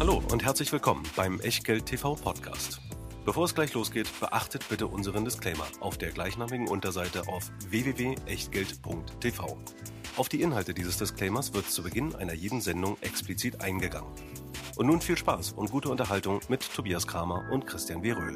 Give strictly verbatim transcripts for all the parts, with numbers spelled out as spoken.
Hallo und herzlich willkommen beim Echtgeld T V Podcast. Bevor es gleich losgeht, beachtet bitte unseren Disclaimer auf der gleichnamigen Unterseite auf w w w punkt echtgeld punkt t v. Auf die Inhalte dieses Disclaimers wird zu Beginn einer jeden Sendung explizit eingegangen. Und nun viel Spaß und gute Unterhaltung mit Tobias Kramer und Christian W. Röhl.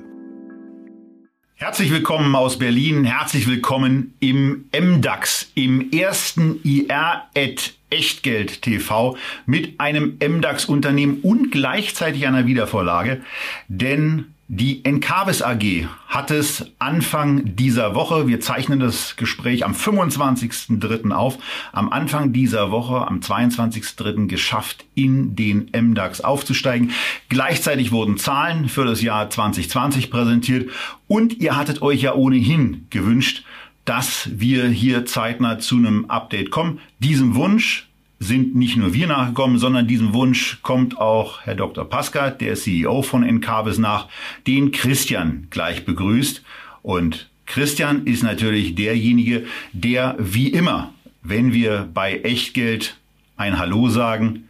Herzlich willkommen aus Berlin, herzlich willkommen im M DAX, im ersten I R at Echtgeld T V mit einem M DAX-Unternehmen und gleichzeitig einer Wiedervorlage, denn die Encavis A G hat es Anfang dieser Woche, wir zeichnen das Gespräch am fünfundzwanzigsten dritten auf, am Anfang dieser Woche, am zweiundzwanzigsten dritten geschafft, in den M DAX aufzusteigen. Gleichzeitig wurden Zahlen für das Jahr zwanzig zwanzig präsentiert und ihr hattet euch ja ohnehin gewünscht, dass wir hier zeitnah zu einem Update kommen. Diesem Wunsch sind nicht nur wir nachgekommen, sondern diesem Wunsch kommt auch Herr Doktor Paskat, der C E O von Encavis, nach, den Christian gleich begrüßt. Und Christian ist natürlich derjenige, der wie immer, wenn wir bei Echtgeld ein Hallo sagen,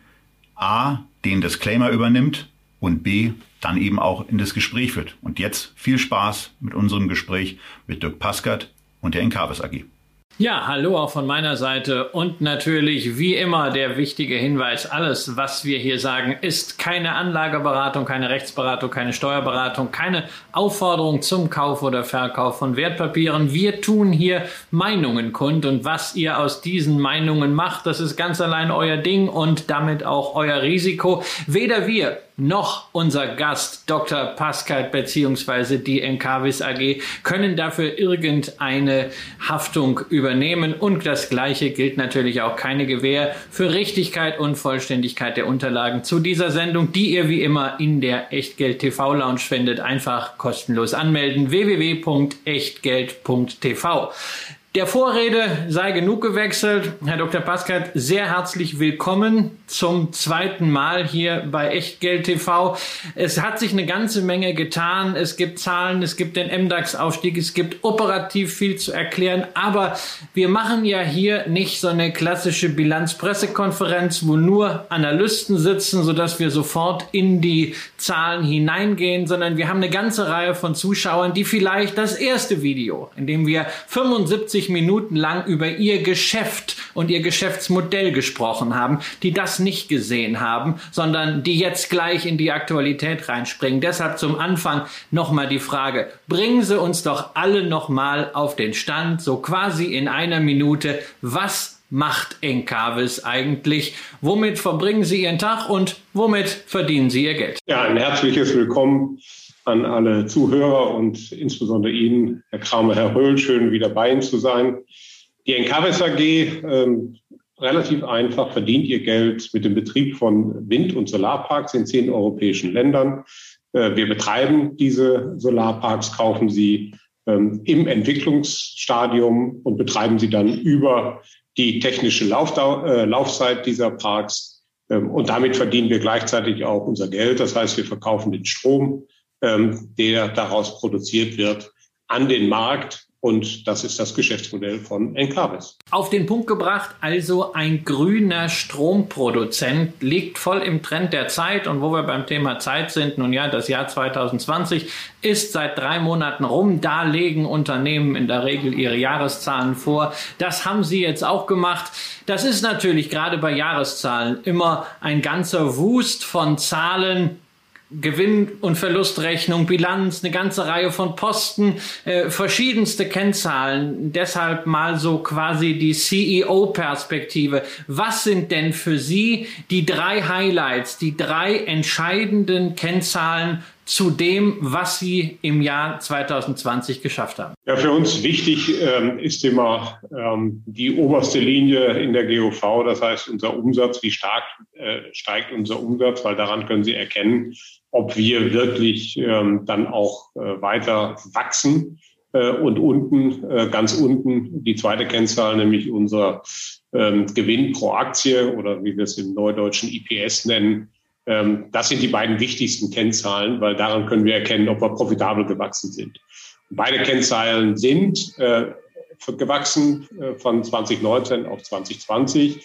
A, den Disclaimer übernimmt und B, dann eben auch in das Gespräch führt. Und jetzt viel Spaß mit unserem Gespräch mit Dirk Paskat und der Encavis A G. Ja, hallo auch von meiner Seite und natürlich wie immer der wichtige Hinweis, alles was wir hier sagen ist keine Anlageberatung, keine Rechtsberatung, keine Steuerberatung, keine Aufforderung zum Kauf oder Verkauf von Wertpapieren. Wir tun hier Meinungen kund und was ihr aus diesen Meinungen macht, das ist ganz allein euer Ding und damit auch euer Risiko. Weder wir noch unser Gast Doktor Paskat bzw. die Encavis A G können dafür irgendeine Haftung übernehmen und das Gleiche gilt natürlich auch keine Gewähr für Richtigkeit und Vollständigkeit der Unterlagen zu dieser Sendung, die ihr wie immer in der Echtgeld T V Lounge findet. Einfach kostenlos anmelden, w w w punkt echtgeld punkt t v. Der Vorrede sei genug gewechselt. Herr Doktor Paskat, sehr herzlich willkommen zum zweiten Mal hier bei Echtgeld T V. Es hat sich eine ganze Menge getan. Es gibt Zahlen, es gibt den M DAX-Aufstieg, es gibt operativ viel zu erklären. Aber wir machen ja hier nicht so eine klassische Bilanzpressekonferenz, wo nur Analysten sitzen, sodass wir sofort in die Zahlen hineingehen, sondern wir haben eine ganze Reihe von Zuschauern, die vielleicht das erste Video, in dem wir fünfundsiebzig Minuten lang über ihr Geschäft und ihr Geschäftsmodell gesprochen haben, die das nicht gesehen haben, sondern die jetzt gleich in die Aktualität reinspringen. Deshalb zum Anfang nochmal die Frage, bringen Sie uns doch alle nochmal auf den Stand, so quasi in einer Minute, was macht Encavis eigentlich? Womit verbringen Sie Ihren Tag und womit verdienen Sie Ihr Geld? Ja, ein herzliches Willkommen an alle Zuhörer und insbesondere Ihnen, Herr Kramer, Herr Röhl, schön wieder bei Ihnen zu sein. Die Encavis A G, ähm, relativ einfach, verdient ihr Geld mit dem Betrieb von Wind- und Solarparks in zehn europäischen Ländern. Äh, wir betreiben diese Solarparks, kaufen sie ähm, im Entwicklungsstadium und betreiben sie dann über die technische Laufdau- äh, Laufzeit dieser Parks. Ähm, und damit verdienen wir gleichzeitig auch unser Geld. Das heißt, wir verkaufen den Strom, ähm, der daraus produziert wird, an den Markt. Und das ist das Geschäftsmodell von Encavis. Auf den Punkt gebracht, also ein grüner Stromproduzent, liegt voll im Trend der Zeit. Und wo wir beim Thema Zeit sind, nun ja, das Jahr zwanzig zwanzig ist seit drei Monaten rum. Da legen Unternehmen in der Regel ihre Jahreszahlen vor. Das haben sie jetzt auch gemacht. Das ist natürlich gerade bei Jahreszahlen immer ein ganzer Wust von Zahlen, Gewinn- und Verlustrechnung, Bilanz, eine ganze Reihe von Posten, äh, verschiedenste Kennzahlen. Deshalb mal so quasi die C E O-Perspektive. Was sind denn für Sie die drei Highlights, die drei entscheidenden Kennzahlen zu dem, was Sie im Jahr zwanzig zwanzig geschafft haben? Ja, für uns wichtig ähm, ist immer ähm, die oberste Linie in der G O V, das heißt unser Umsatz, wie stark äh, steigt unser Umsatz, weil daran können Sie erkennen, ob wir wirklich ähm, dann auch äh, weiter wachsen. Äh, und unten, äh, ganz unten, die zweite Kennzahl, nämlich unser ähm, Gewinn pro Aktie oder wie wir es im neudeutschen I P S nennen. Ähm, das sind die beiden wichtigsten Kennzahlen, weil daran können wir erkennen, ob wir profitabel gewachsen sind. Und beide Kennzahlen sind äh, gewachsen äh, von zwanzig neunzehn auf zwanzig zwanzig.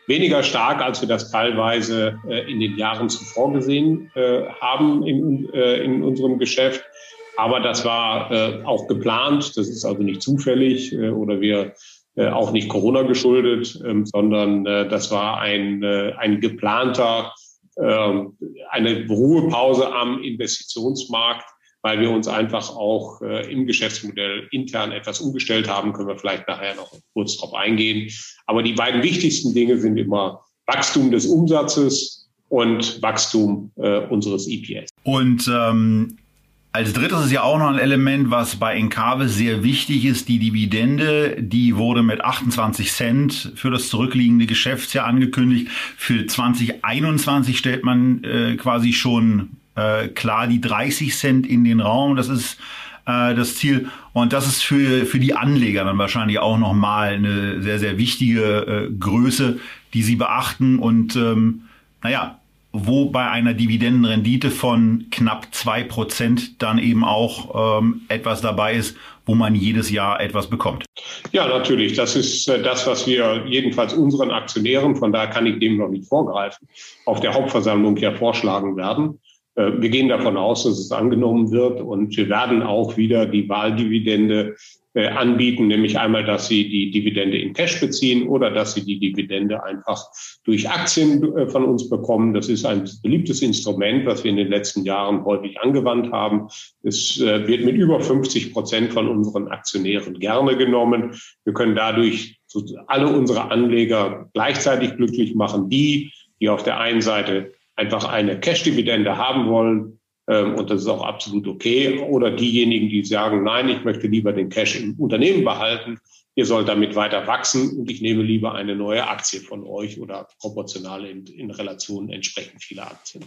weniger stark, als wir das teilweise äh, in den Jahren zuvor gesehen äh, haben in, äh, in unserem Geschäft. Aber das war äh, auch geplant. Das ist also nicht zufällig äh, oder wir äh, auch nicht Corona geschuldet, äh, sondern äh, das war ein, äh, ein geplanter, äh, eine Ruhepause am Investitionsmarkt, weil wir uns einfach auch äh, im Geschäftsmodell intern etwas umgestellt haben. Können wir vielleicht nachher noch kurz drauf eingehen. Aber die beiden wichtigsten Dinge sind immer Wachstum des Umsatzes und Wachstum äh, unseres E P S. Und ähm, als drittes ist ja auch noch ein Element, was bei Encavis sehr wichtig ist, die Dividende. Die wurde mit achtundzwanzig Cent für das zurückliegende Geschäftsjahr angekündigt. Für zwanzig einundzwanzig stellt man äh, quasi schon äh, klar die dreißig Cent in den Raum. Das ist äh, das Ziel. Und das ist für für die Anleger dann wahrscheinlich auch nochmal eine sehr, sehr wichtige äh, Größe, die sie beachten. Und ähm, naja, wo bei einer Dividendenrendite von knapp zwei Prozent dann eben auch ähm, etwas dabei ist, wo man jedes Jahr etwas bekommt. Ja, natürlich. Das ist äh, das, was wir jedenfalls unseren Aktionären, von daher kann ich dem noch nicht vorgreifen, auf der Hauptversammlung ja vorschlagen werden. Äh, wir gehen davon aus, dass es angenommen wird und wir werden auch wieder die Wahldividende äh, anbieten, nämlich einmal, dass Sie die Dividende in Cash beziehen oder dass Sie die Dividende einfach durch Aktien äh, von uns bekommen. Das ist ein beliebtes Instrument, was wir in den letzten Jahren häufig angewandt haben. Es äh, wird mit über fünfzig Prozent von unseren Aktionären gerne genommen. Wir können dadurch alle unsere Anleger gleichzeitig glücklich machen, die, die auf der einen Seite einfach eine Cash-Dividende haben wollen, und das ist auch absolut okay. Oder diejenigen, die sagen, nein, ich möchte lieber den Cash im Unternehmen behalten, ihr sollt damit weiter wachsen und ich nehme lieber eine neue Aktie von euch oder proportional in, in Relation entsprechend viele Aktien.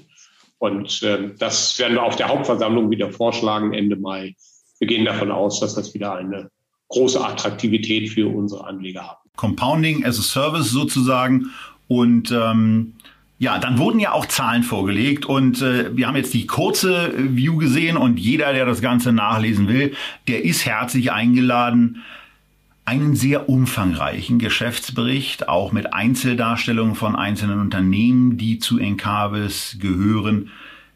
Und äh, das werden wir auf der Hauptversammlung wieder vorschlagen Ende Mai. Wir gehen davon aus, dass das wieder eine große Attraktivität für unsere Anleger hat. Compounding as a Service sozusagen und ähm ja, dann wurden ja auch Zahlen vorgelegt und äh, wir haben jetzt die kurze View gesehen und jeder, der das Ganze nachlesen will, der ist herzlich eingeladen, einen sehr umfangreichen Geschäftsbericht, auch mit Einzeldarstellungen von einzelnen Unternehmen, die zu Encavis gehören,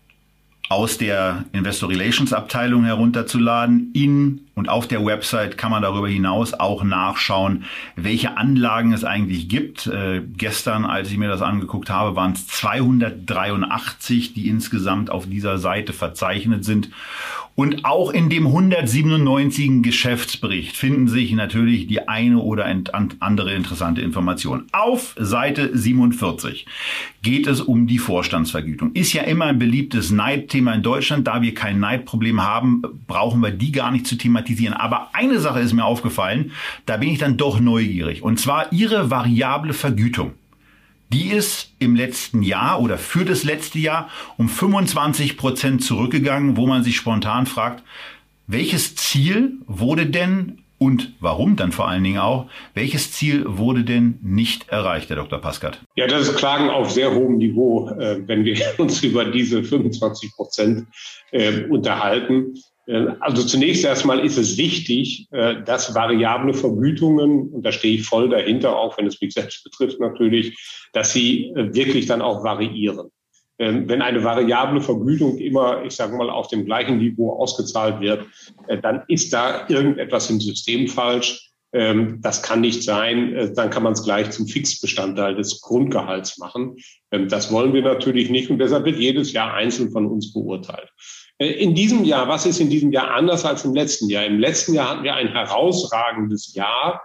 aus der Investor Relations Abteilung herunterzuladen. In und auf der Website kann man darüber hinaus auch nachschauen, welche Anlagen es eigentlich gibt. Äh, gestern, als ich mir das angeguckt habe, waren es zweihundertdreiundachtzig, die insgesamt auf dieser Seite verzeichnet sind. Und auch in dem hundertsiebenundneunzigsten Geschäftsbericht finden sich natürlich die eine oder andere interessante Information. Auf Seite siebenundvierzig geht es um die Vorstandsvergütung. Ist ja immer ein beliebtes Neidthema in Deutschland. Da wir kein Neidproblem haben, brauchen wir die gar nicht zu thematisieren. Aber eine Sache ist mir aufgefallen, da bin ich dann doch neugierig. Und zwar Ihre variable Vergütung. Die ist im letzten Jahr oder für das letzte Jahr um fünfundzwanzig Prozent zurückgegangen, wo man sich spontan fragt, welches Ziel wurde denn und warum dann vor allen Dingen auch, welches Ziel wurde denn nicht erreicht, Herr Doktor Paskat? Ja, das ist Klagen auf sehr hohem Niveau, äh, wenn wir uns über diese fünfundzwanzig Prozent äh, unterhalten. Also zunächst erstmal ist es wichtig, dass variable Vergütungen, und da stehe ich voll dahinter, auch wenn es mich selbst betrifft natürlich, dass sie wirklich dann auch variieren. Wenn eine variable Vergütung immer, ich sage mal, auf dem gleichen Niveau ausgezahlt wird, dann ist da irgendetwas im System falsch. Das kann nicht sein. Dann kann man es gleich zum Fixbestandteil des Grundgehalts machen. Das wollen wir natürlich nicht und deshalb wird jedes Jahr einzeln von uns beurteilt. In diesem Jahr, was ist in diesem Jahr anders als im letzten Jahr? Im letzten Jahr hatten wir ein herausragendes Jahr,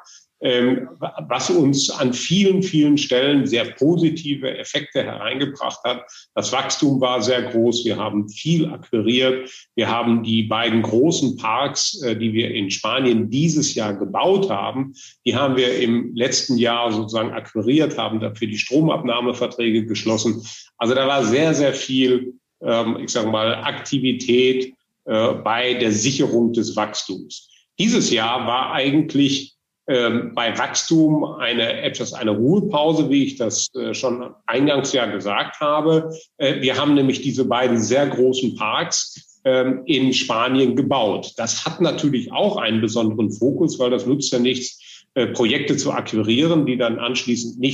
was uns an vielen, vielen Stellen sehr positive Effekte hereingebracht hat. Das Wachstum war sehr groß. Wir haben viel akquiriert. Wir haben die beiden großen Parks, die wir in Spanien dieses Jahr gebaut haben, die haben wir im letzten Jahr sozusagen akquiriert, haben dafür die Stromabnahmeverträge geschlossen. Also da war sehr, sehr viel, ich sage mal, Aktivität bei der Sicherung des Wachstums. Dieses Jahr war eigentlich bei Wachstum eine etwas eine Ruhepause, wie ich das schon eingangs ja gesagt habe. Wir haben nämlich diese beiden sehr großen Parks in Spanien gebaut. Das hat natürlich auch einen besonderen Fokus, weil das nutzt ja nichts, Projekte zu akquirieren, die dann anschließend nicht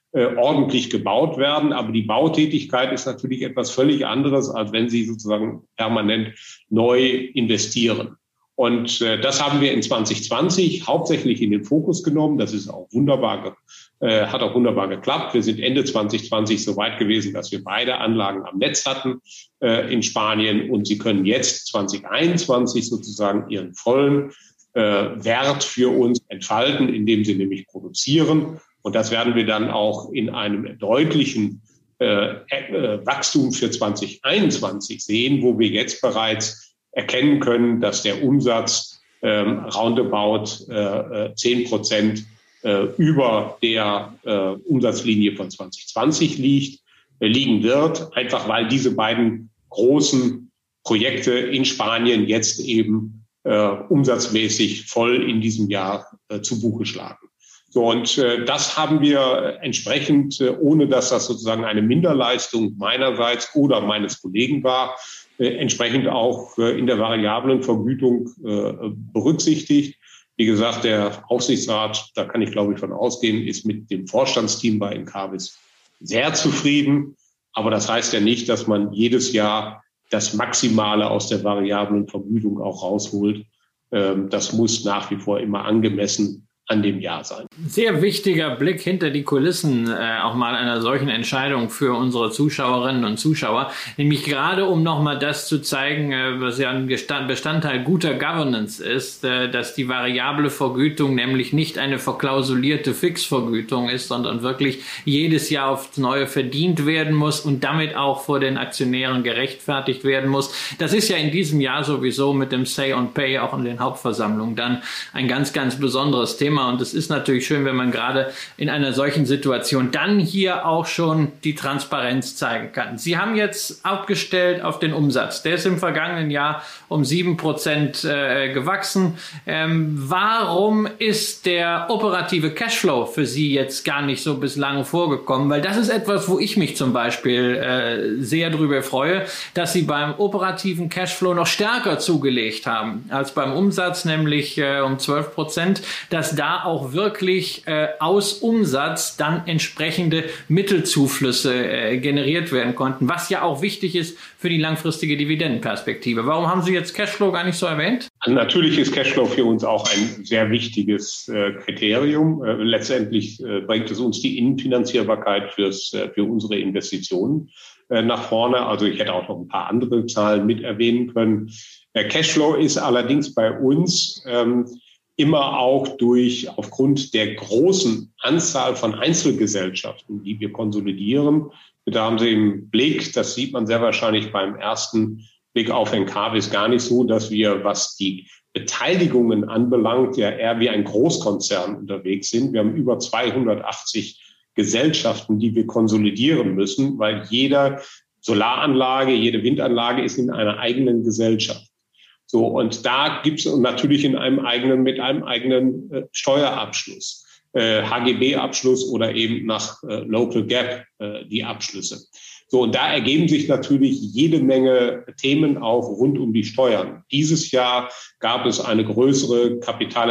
äh, ordentlich gebaut werden. Aber die Bautätigkeit ist natürlich etwas völlig anderes, als wenn Sie sozusagen permanent neu investieren. Und äh, das haben wir in zwanzig zwanzig hauptsächlich in den Fokus genommen. Das ist auch wunderbar, äh, hat auch wunderbar geklappt. Wir sind Ende zwanzig zwanzig so weit gewesen, dass wir beide Anlagen am Netz hatten äh, in Spanien. Und sie können jetzt zwanzig einundzwanzig sozusagen ihren vollen äh, Wert für uns entfalten, indem sie nämlich produzieren. Und das werden wir dann auch in einem deutlichen äh, äh, Wachstum für zwanzig einundzwanzig sehen, wo wir jetzt bereits erkennen können, dass der Umsatz ähm, roundabout äh, zehn Prozent äh, über der äh, Umsatzlinie von zwanzig zwanzig liegt, äh, liegen wird, einfach weil diese beiden großen Projekte in Spanien jetzt eben äh, umsatzmäßig voll in diesem Jahr äh, zu Buche schlagen. So, und äh, das haben wir entsprechend, äh, ohne dass das sozusagen eine Minderleistung meinerseits oder meines Kollegen war, äh, entsprechend auch äh, in der variablen Vergütung äh, berücksichtigt. Wie gesagt, der Aufsichtsrat, da kann ich glaube ich von ausgehen, ist mit dem Vorstandsteam bei Encavis sehr zufrieden. Aber das heißt ja nicht, dass man jedes Jahr das Maximale aus der variablen Vergütung auch rausholt. Ähm, das muss nach wie vor immer angemessen an dem Jahr sein. Sehr wichtiger Blick hinter die Kulissen, äh, auch mal einer solchen Entscheidung für unsere Zuschauerinnen und Zuschauer, nämlich gerade um nochmal das zu zeigen, äh, was ja ein Bestandteil guter Governance ist, äh, dass die variable Vergütung nämlich nicht eine verklausulierte Fixvergütung ist, sondern wirklich jedes Jahr aufs Neue verdient werden muss und damit auch vor den Aktionären gerechtfertigt werden muss. Das ist ja in diesem Jahr sowieso mit dem Say on Pay auch in den Hauptversammlungen dann ein ganz, ganz besonderes Thema. Und es ist natürlich schön, wenn man gerade in einer solchen Situation dann hier auch schon die Transparenz zeigen kann. Sie haben jetzt abgestellt auf den Umsatz. Der ist im vergangenen Jahr um sieben Prozent äh, gewachsen. Ähm, warum ist der operative Cashflow für Sie jetzt gar nicht so bislang vorgekommen? Weil das ist etwas, wo ich mich zum Beispiel äh, sehr drüber freue, dass Sie beim operativen Cashflow noch stärker zugelegt haben als beim Umsatz, nämlich äh, um zwölf Prozent, dass da auch wirklich äh, aus Umsatz dann entsprechende Mittelzuflüsse äh, generiert werden konnten, was ja auch wichtig ist für die langfristige Dividendenperspektive. Warum haben Sie jetzt Cashflow gar nicht so erwähnt? Also natürlich ist Cashflow für uns auch ein sehr wichtiges äh, Kriterium. Äh, letztendlich äh, bringt es uns die Innenfinanzierbarkeit fürs, äh, für unsere Investitionen äh, nach vorne. Also ich hätte auch noch ein paar andere Zahlen mit erwähnen können. Äh, Cashflow ist allerdings bei uns ähm, immer auch durch, aufgrund der großen Anzahl von Einzelgesellschaften, die wir konsolidieren. Da haben Sie im Blick, das sieht man sehr wahrscheinlich beim ersten Blick auf Encavis gar nicht so, dass wir, was die Beteiligungen anbelangt, ja eher wie ein Großkonzern unterwegs sind. Wir haben über zweihundertachtzig Gesellschaften, die wir konsolidieren müssen, weil jede Solaranlage, jede Windanlage ist in einer eigenen Gesellschaft. So, und da gibt's natürlich in einem eigenen, mit einem eigenen äh, Steuerabschluss, äh, H G B-Abschluss oder eben nach äh, Local Gap äh, die Abschlüsse. So, und da ergeben sich natürlich jede Menge Themen auch rund um die Steuern. Dieses Jahr gab es eine größere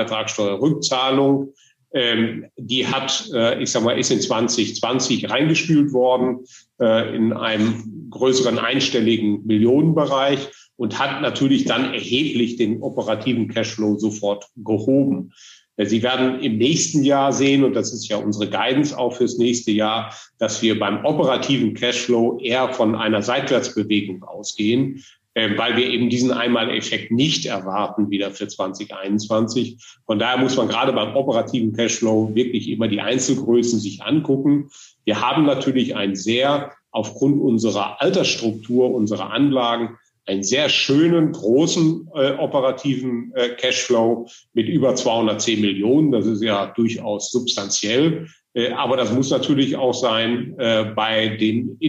Kapitalertragssteuerrückzahlung. Ähm, die hat, äh, ich sag mal, ist in zwanzig zwanzig reingespült worden äh, in einem größeren einstelligen Millionenbereich und hat natürlich dann erheblich den operativen Cashflow sofort gehoben. Sie werden im nächsten Jahr sehen, und das ist ja unsere Guidance auch fürs nächste Jahr, dass wir beim operativen Cashflow eher von einer Seitwärtsbewegung ausgehen, weil wir eben diesen Einmaleffekt nicht erwarten wieder für zwanzig einundzwanzig. Von daher muss man gerade beim operativen Cashflow wirklich immer die Einzelgrößen sich angucken. Wir haben natürlich ein sehr, aufgrund unserer Altersstruktur, unserer Anlagen, einen sehr schönen, großen äh, operativen äh, Cashflow mit über zweihundertzehn Millionen. Das ist ja durchaus substanziell. Äh, aber das muss natürlich auch sein äh, bei den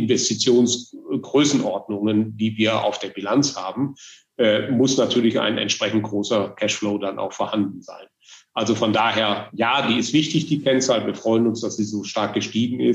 Investitionsgrößenordnungen, die wir auf der Bilanz haben, äh, muss natürlich ein entsprechend großer Cashflow dann auch vorhanden sein. Also von daher, ja, die ist wichtig, die Kennzahl. Wir freuen uns, dass sie so stark gestiegen ist.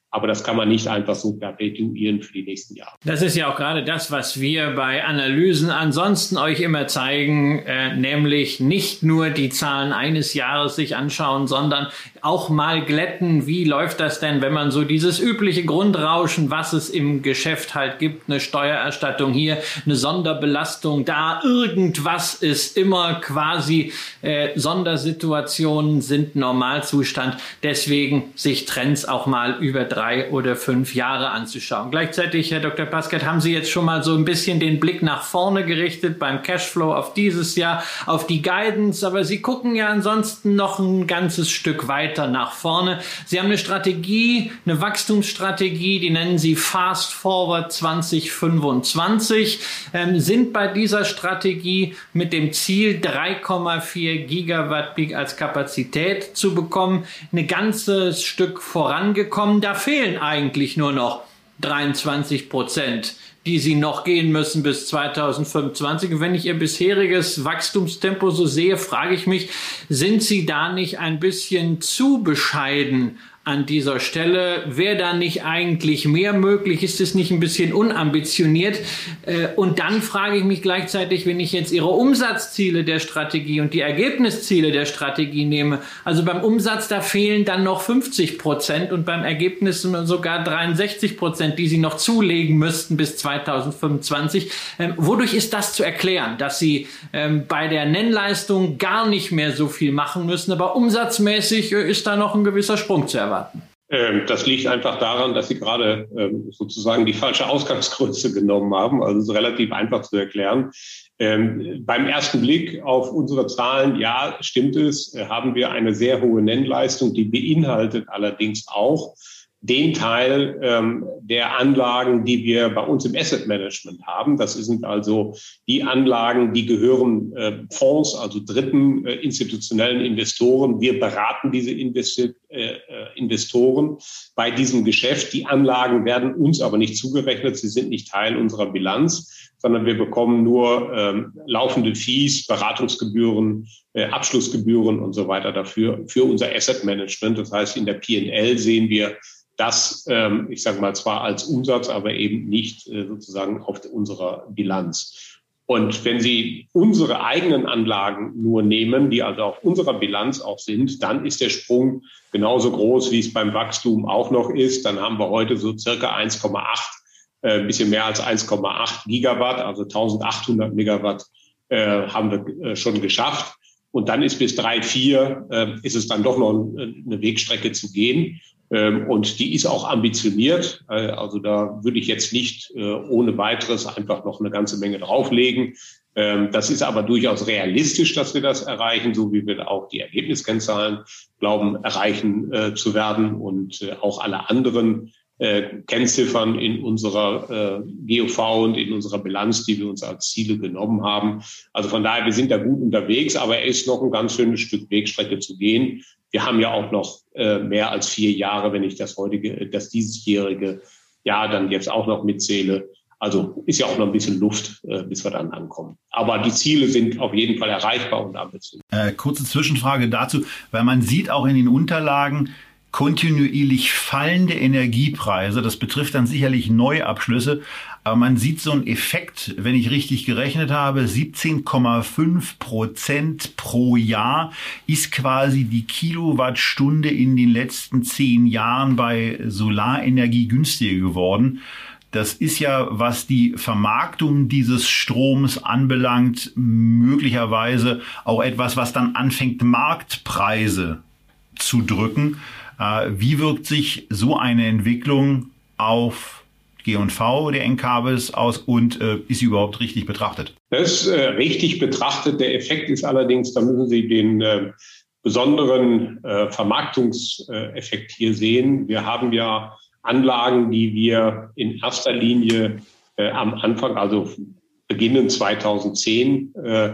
Aber das kann man nicht einfach so perpetuieren für die nächsten Jahre. Das ist ja auch gerade das, was wir bei Analysen ansonsten euch immer zeigen, äh, nämlich nicht nur die Zahlen eines Jahres sich anschauen, sondern auch mal glätten. Wie läuft das denn, wenn man so dieses übliche Grundrauschen, was es im Geschäft halt gibt, eine Steuererstattung hier, eine Sonderbelastung da, irgendwas ist immer quasi äh, Sondersituationen sind Normalzustand. Deswegen sich Trends auch mal über drei oder fünf Jahre anzuschauen. Gleichzeitig, Herr Doktor Paskert, haben Sie jetzt schon mal so ein bisschen den Blick nach vorne gerichtet beim Cashflow auf dieses Jahr, auf die Guidance, aber Sie gucken ja ansonsten noch ein ganzes Stück weiter nach vorne. Sie haben eine Strategie, eine Wachstumsstrategie, die nennen Sie Fast Forward zwanzig fünfundzwanzig, ähm, sind bei dieser Strategie mit dem Ziel, drei Komma vier Gigawatt Peak als Kapazität zu bekommen, ein ganzes Stück vorangekommen. Da fehlen eigentlich nur noch dreiundzwanzig Prozent, die Sie noch gehen müssen bis zweitausendfünfundzwanzig. Und wenn ich Ihr bisheriges Wachstumstempo so sehe, frage ich mich, sind Sie da nicht ein bisschen zu bescheiden an dieser Stelle? Wäre da nicht eigentlich mehr möglich? Ist es nicht ein bisschen unambitioniert? Und dann frage ich mich gleichzeitig, wenn ich jetzt Ihre Umsatzziele der Strategie und die Ergebnisziele der Strategie nehme, also beim Umsatz, da fehlen dann noch fünfzig Prozent und beim Ergebnis sogar dreiundsechzig Prozent, die Sie noch zulegen müssten bis zweitausendfünfundzwanzig. Wodurch ist das zu erklären, dass Sie bei der Nennleistung gar nicht mehr so viel machen müssen, aber umsatzmäßig ist da noch ein gewisser Sprung zu erwarten? Das liegt einfach daran, dass Sie gerade sozusagen die falsche Ausgangsgröße genommen haben. Also es ist relativ einfach zu erklären. Ähm, beim ersten Blick auf unsere Zahlen, ja, stimmt es, haben wir eine sehr hohe Nennleistung, die beinhaltet allerdings auch den Teil ähm, der Anlagen, die wir bei uns im Asset Management haben. Das sind also die Anlagen, die gehören äh, Fonds, also dritten äh, institutionellen Investoren. Wir beraten diese Investi- äh, Investoren bei diesem Geschäft. Die Anlagen werden uns aber nicht zugerechnet. Sie sind nicht Teil unserer Bilanz, sondern wir bekommen nur ähm, laufende Fees, Beratungsgebühren, äh, Abschlussgebühren und so weiter dafür für unser Asset Management. Das heißt, in der P und L sehen wir das, ähm, ich sage mal, zwar als Umsatz, aber eben nicht äh, sozusagen auf unserer Bilanz. Und wenn Sie unsere eigenen Anlagen nur nehmen, die also auf unserer Bilanz auch sind, dann ist der Sprung genauso groß, wie es beim Wachstum auch noch ist. Dann haben wir heute so circa eins Komma acht, ein äh, bisschen mehr als eins Komma acht Gigawatt, also eintausendachthundert Megawatt äh, haben wir äh, schon geschafft. Und dann ist bis drei Komma vier äh, ist es dann doch noch eine Wegstrecke zu gehen. Ähm, und die ist auch ambitioniert. Äh, also da würde ich jetzt nicht äh, ohne weiteres einfach noch eine ganze Menge drauflegen. Ähm, das ist aber durchaus realistisch, dass wir das erreichen, so wie wir auch die Ergebniskennzahlen glauben, erreichen äh, zu werden und äh, auch alle anderen Äh, Kennziffern in unserer äh, G O V und in unserer Bilanz, die wir uns als Ziele genommen haben. Also von daher, wir sind da gut unterwegs, aber er ist noch ein ganz schönes Stück Wegstrecke zu gehen. Wir haben ja auch noch äh, mehr als vier Jahre, wenn ich das heutige, das diesjährige Jahr dann jetzt auch noch mitzähle. Also ist ja auch noch ein bisschen Luft, äh, bis wir dann ankommen. Aber die Ziele sind auf jeden Fall erreichbar und ambitioniert. Äh, kurze Zwischenfrage dazu, weil man sieht auch in den Unterlagen, kontinuierlich fallende Energiepreise. Das betrifft dann sicherlich Neuabschlüsse, aber man sieht so einen Effekt, wenn ich richtig gerechnet habe, siebzehn Komma fünf Prozent pro Jahr ist quasi die Kilowattstunde in den letzten zehn Jahren bei Solarenergie günstiger geworden. Das ist ja, was die Vermarktung dieses Stroms anbelangt, möglicherweise auch etwas, was dann anfängt, Marktpreise zu drücken. Wie wirkt sich so eine Entwicklung auf G und V der Encavis aus und äh, ist sie überhaupt richtig betrachtet? Das ist äh, richtig betrachtet. Der Effekt ist allerdings, da müssen Sie den äh, besonderen äh, Vermarktungseffekt hier sehen. Wir haben ja Anlagen, die wir in erster Linie äh, am Anfang, also beginnend zweitausendzehn, äh,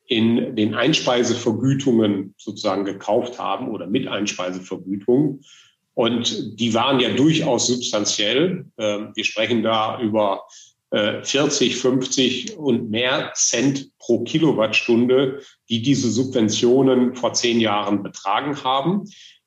in den Einspeisevergütungen sozusagen gekauft haben oder mit Einspeisevergütungen. Und die waren ja durchaus substanziell. Wir sprechen da über vierzig, fünfzig und mehr Cent pro Kilowattstunde, die diese Subventionen vor zehn Jahren betragen haben.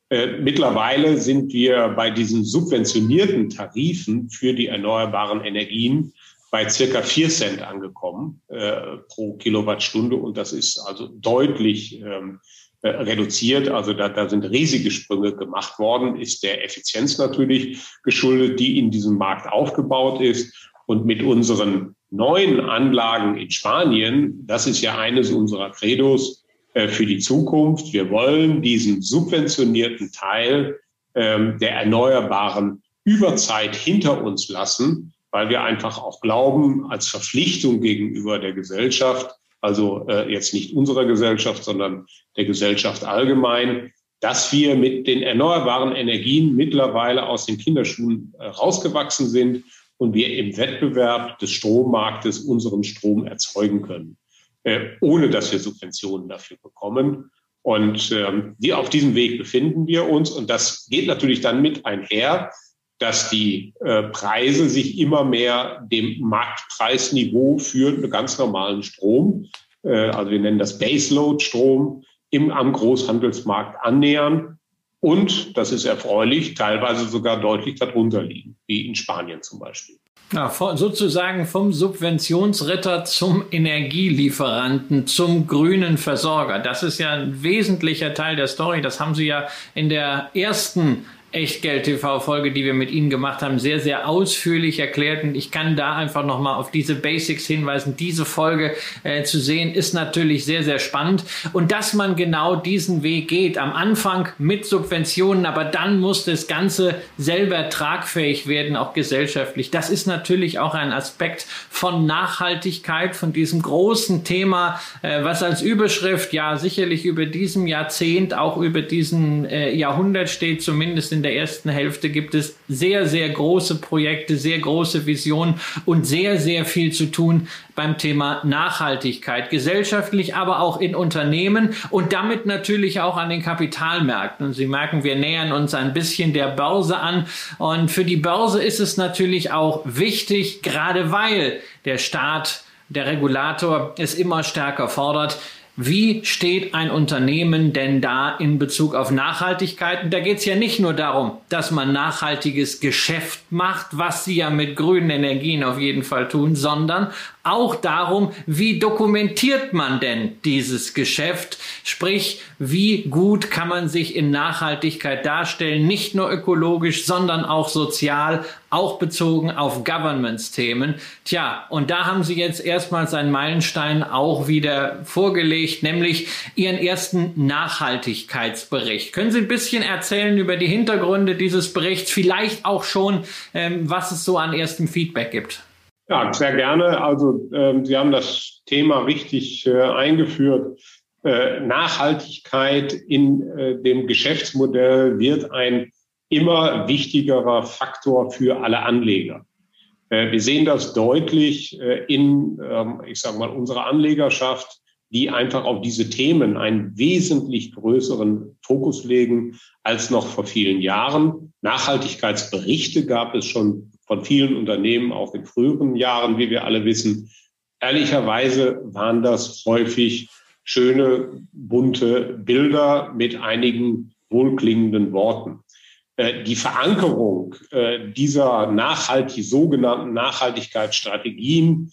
Äh, mittlerweile sind wir bei diesen subventionierten Tarifen für die erneuerbaren Energien bei circa vier Cent angekommen äh, pro Kilowattstunde. Und das ist also deutlich ähm, äh, reduziert. Also da, da sind riesige Sprünge gemacht worden, ist der Effizienz natürlich geschuldet, die in diesem Markt aufgebaut ist. Und mit unseren neuen Anlagen in Spanien, das ist ja eines unserer Credos äh, für die Zukunft. Wir wollen diesen subventionierten Teil äh, der Erneuerbaren über Zeit hinter uns lassen, weil wir einfach auch glauben, als Verpflichtung gegenüber der Gesellschaft, also äh, jetzt nicht unserer Gesellschaft, sondern der Gesellschaft allgemein, dass wir mit den erneuerbaren Energien mittlerweile aus den Kinderschuhen äh, rausgewachsen sind und wir im Wettbewerb des Strommarktes unseren Strom erzeugen können, äh, ohne dass wir Subventionen dafür bekommen. Und ähm, die, auf diesem Weg befinden wir uns. Und das geht natürlich dann mit einher, dass die äh, Preise sich immer mehr dem Marktpreisniveau für einen ganz normalen Strom, äh, also wir nennen das Baseload-Strom, im, am Großhandelsmarkt annähern. Und, das ist erfreulich, teilweise sogar deutlich darunter liegen, wie in Spanien zum Beispiel. Ja, sozusagen vom Subventionsritter zum Energielieferanten, zum grünen Versorger. Das ist ja ein wesentlicher Teil der Story. Das haben Sie ja in der ersten Echtgeld-T V-Folge, die wir mit Ihnen gemacht haben, sehr, sehr ausführlich erklärt. Und ich kann da einfach nochmal auf diese Basics hinweisen. Diese Folge äh, zu sehen, ist natürlich sehr, sehr spannend. Und dass man genau diesen Weg geht, am Anfang mit Subventionen, aber dann muss das Ganze selber tragfähig werden, auch gesellschaftlich. Das ist natürlich auch ein Aspekt von Nachhaltigkeit, von diesem großen Thema, äh, was als Überschrift ja sicherlich über diesem Jahrzehnt, auch über diesen äh, Jahrhundert steht, zumindest in der ersten Hälfte gibt es sehr, sehr große Projekte, sehr große Visionen und sehr, sehr viel zu tun beim Thema Nachhaltigkeit, gesellschaftlich, aber auch in Unternehmen und damit natürlich auch an den Kapitalmärkten. Und Sie merken, wir nähern uns ein bisschen der Börse an. Und für die Börse ist es natürlich auch wichtig, gerade weil der Staat, der Regulator es immer stärker fordert. Wie steht ein Unternehmen denn da in Bezug auf Nachhaltigkeit? Und da geht es ja nicht nur darum, dass man nachhaltiges Geschäft macht, was Sie ja mit grünen Energien auf jeden Fall tun, sondern auch darum, wie dokumentiert man denn dieses Geschäft? Sprich, wie gut kann man sich in Nachhaltigkeit darstellen, nicht nur ökologisch, sondern auch sozial, auch bezogen auf Governance-Themen. Tja, und da haben Sie jetzt erstmals einen Meilenstein auch wieder vorgelegt, nämlich Ihren ersten Nachhaltigkeitsbericht. Können Sie ein bisschen erzählen über die Hintergründe dieses Berichts, vielleicht auch schon, ähm, was es so an erstem Feedback gibt? Ja, sehr gerne. Also ähm, Sie haben das Thema richtig äh, eingeführt. Äh, Nachhaltigkeit in äh, dem Geschäftsmodell wird ein immer wichtigerer Faktor für alle Anleger. Äh, wir sehen das deutlich äh, in, ähm, ich sage mal, unserer Anlegerschaft, die einfach auf diese Themen einen wesentlich größeren Fokus legen als noch vor vielen Jahren. Nachhaltigkeitsberichte gab es schon von vielen Unternehmen, auch in früheren Jahren, wie wir alle wissen. Ehrlicherweise waren das häufig schöne, bunte Bilder mit einigen wohlklingenden Worten. Äh, die Verankerung äh, dieser nachhaltig, sogenannten Nachhaltigkeitsstrategien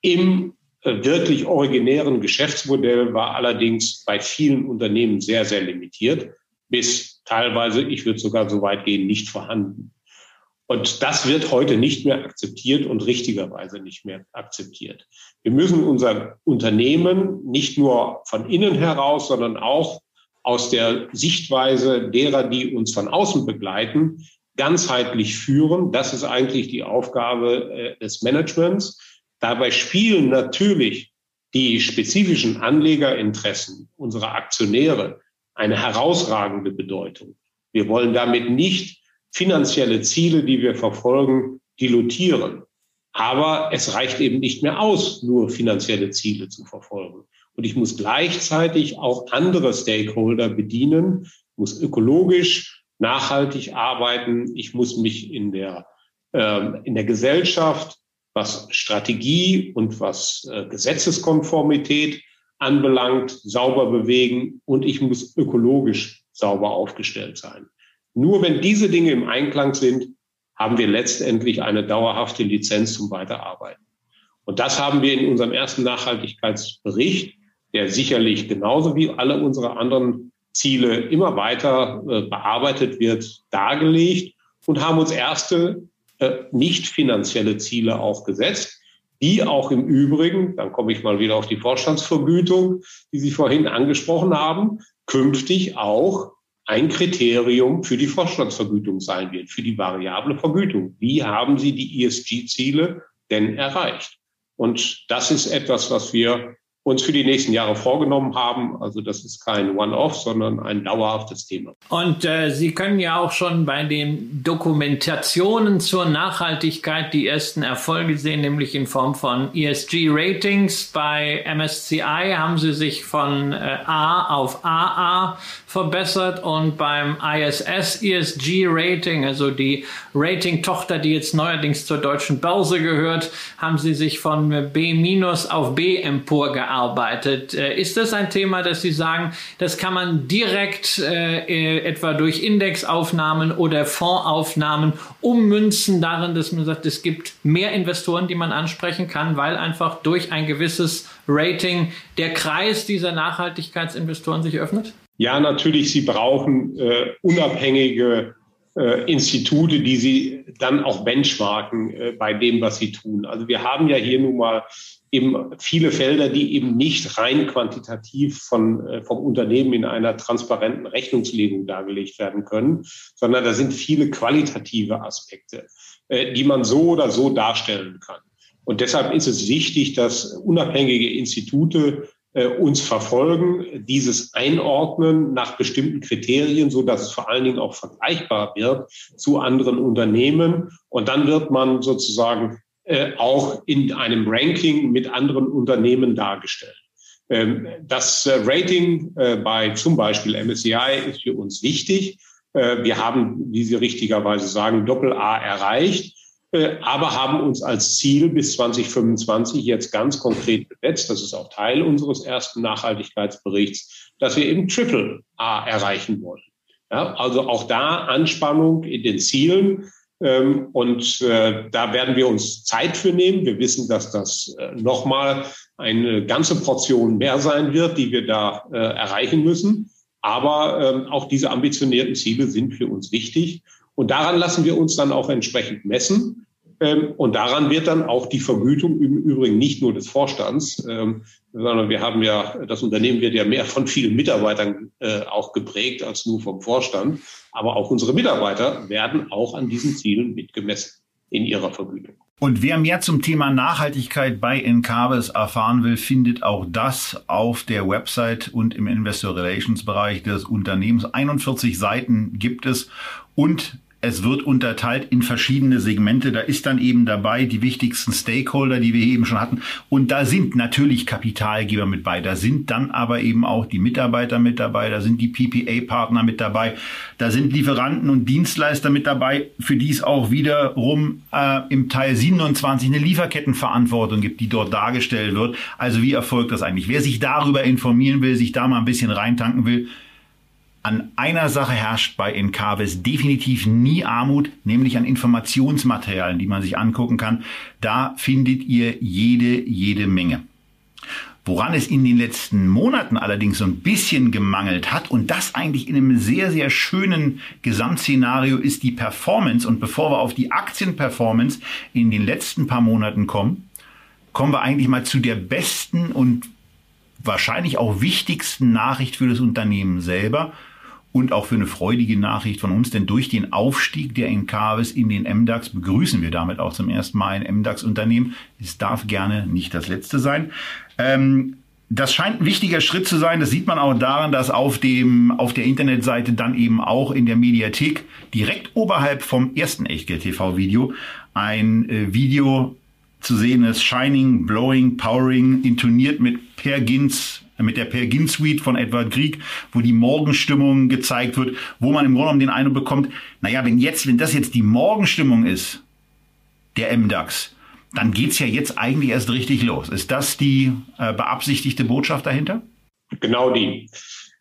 im äh, wirklich originären Geschäftsmodell war allerdings bei vielen Unternehmen sehr, sehr limitiert, bis teilweise, ich würde sogar so weit gehen, nicht vorhanden. Und das wird heute nicht mehr akzeptiert und richtigerweise nicht mehr akzeptiert. Wir müssen unser Unternehmen nicht nur von innen heraus, sondern auch aus der Sichtweise derer, die uns von außen begleiten, ganzheitlich führen. Das ist eigentlich die Aufgabe des Managements. Dabei spielen natürlich die spezifischen Anlegerinteressen unserer Aktionäre eine herausragende Bedeutung. Wir wollen damit nicht finanzielle Ziele, die wir verfolgen, dilutieren. Aber es reicht eben nicht mehr aus, nur finanzielle Ziele zu verfolgen. Und ich muss gleichzeitig auch andere Stakeholder bedienen, muss ökologisch nachhaltig arbeiten. Ich muss mich in der, äh, in der Gesellschaft, was Strategie und was äh, Gesetzeskonformität anbelangt, sauber bewegen. Und ich muss ökologisch sauber aufgestellt sein. Nur wenn diese Dinge im Einklang sind, haben wir letztendlich eine dauerhafte Lizenz zum Weiterarbeiten. Und das haben wir in unserem ersten Nachhaltigkeitsbericht, der sicherlich genauso wie alle unsere anderen Ziele immer weiter äh, bearbeitet wird, dargelegt und haben uns erste äh, nicht finanzielle Ziele auch gesetzt, die auch im Übrigen, dann komme ich mal wieder auf die Vorstandsvergütung, die Sie vorhin angesprochen haben, künftig auch ein Kriterium für die Vorstandsvergütung sein wird, für die variable Vergütung. Wie haben Sie die E S G-Ziele denn erreicht? Und das ist etwas, was wir uns für die nächsten Jahre vorgenommen haben. Also das ist kein One-Off, sondern ein dauerhaftes Thema. Und äh, Sie können ja auch schon bei den Dokumentationen zur Nachhaltigkeit die ersten Erfolge sehen, nämlich in Form von E S G-Ratings. Bei M S C I haben Sie sich von äh, A auf A A verbessert und beim I S S E S G-Rating, also die Rating-Tochter, die jetzt neuerdings zur deutschen Börse gehört, haben Sie sich von B minus auf B emporgearbeitet. Arbeitet. Ist das ein Thema, dass Sie sagen, das kann man direkt äh, etwa durch Indexaufnahmen oder Fondsaufnahmen ummünzen darin, dass man sagt, es gibt mehr Investoren, die man ansprechen kann, weil einfach durch ein gewisses Rating der Kreis dieser Nachhaltigkeitsinvestoren sich öffnet? Ja, natürlich. Sie brauchen äh, unabhängige äh, Institute, die Sie dann auch benchmarken äh, bei dem, was Sie tun. Also wir haben ja hier nun mal eben viele Felder, die eben nicht rein quantitativ von, äh, vom Unternehmen in einer transparenten Rechnungslegung dargelegt werden können, sondern da sind viele qualitative Aspekte, äh, die man so oder so darstellen kann. Und deshalb ist es wichtig, dass unabhängige Institute äh, uns verfolgen, dieses einordnen nach bestimmten Kriterien, so dass es vor allen Dingen auch vergleichbar wird zu anderen Unternehmen. Und dann wird man sozusagen Äh, auch in einem Ranking mit anderen Unternehmen dargestellt. Ähm, das äh, Rating äh, bei zum Beispiel M S C I ist für uns wichtig. Äh, wir haben, wie Sie richtigerweise sagen, Doppel-A erreicht, äh, aber haben uns als Ziel bis zwanzig fünfundzwanzig jetzt ganz konkret gesetzt, das ist auch Teil unseres ersten Nachhaltigkeitsberichts, dass wir eben Triple-A erreichen wollen. Ja, also auch da Anspannung in den Zielen. Ähm, und äh, da werden wir uns Zeit für nehmen. Wir wissen, dass das äh, nochmal eine ganze Portion mehr sein wird, die wir da äh, erreichen müssen. Aber ähm, auch diese ambitionierten Ziele sind für uns wichtig. Und daran lassen wir uns dann auch entsprechend messen. Ähm, und daran wird dann auch die Vergütung im Übrigen nicht nur des Vorstands, ähm, sondern wir haben ja, das Unternehmen wird ja mehr von vielen Mitarbeitern äh, auch geprägt als nur vom Vorstand. Aber auch unsere Mitarbeiter werden auch an diesen Zielen mitgemessen in ihrer Vergütung. Und wer mehr zum Thema Nachhaltigkeit bei Encavis erfahren will, findet auch das auf der Website und im Investor Relations Bereich des Unternehmens. einundvierzig Seiten gibt es und es wird unterteilt in verschiedene Segmente. Da ist dann eben dabei die wichtigsten Stakeholder, die wir eben schon hatten. Und da sind natürlich Kapitalgeber mit bei. Da sind dann aber eben auch die Mitarbeiter mit dabei. Da sind die P P A-Partner mit dabei. Da sind Lieferanten und Dienstleister mit dabei, für die es auch wiederum äh, im Teil siebenundzwanzig eine Lieferkettenverantwortung gibt, die dort dargestellt wird. Also wie erfolgt das eigentlich? Wer sich darüber informieren will, sich da mal ein bisschen reintanken will, an einer Sache herrscht bei Encavis definitiv nie Armut, nämlich an Informationsmaterialien, die man sich angucken kann. Da findet ihr jede, jede Menge. Woran es in den letzten Monaten allerdings so ein bisschen gemangelt hat, und das eigentlich in einem sehr, sehr schönen Gesamtszenario, ist die Performance. Und bevor wir auf die Aktienperformance in den letzten paar Monaten kommen, kommen wir eigentlich mal zu der besten und wahrscheinlich auch wichtigsten Nachricht für das Unternehmen selber. Und auch für eine freudige Nachricht von uns, denn durch den Aufstieg der Encavis in den M DAX begrüßen wir damit auch zum ersten Mal ein M DAX-Unternehmen. Es darf gerne nicht das letzte sein. Ähm, das scheint ein wichtiger Schritt zu sein. Das sieht man auch daran, dass auf dem auf der Internetseite dann eben auch in der Mediathek direkt oberhalb vom ersten Echtgeld-T V-Video ein äh, Video zu sehen ist. Shining, Blowing, Powering, intoniert mit Per Ginz, mit der Per Ginz Suite von Edward Grieg, wo die Morgenstimmung gezeigt wird, wo man im Grunde genommen den Eindruck bekommt, naja, wenn jetzt, wenn das jetzt die Morgenstimmung ist, der M DAX, dann geht's ja jetzt eigentlich erst richtig los. Ist das die äh, beabsichtigte Botschaft dahinter? Genau die.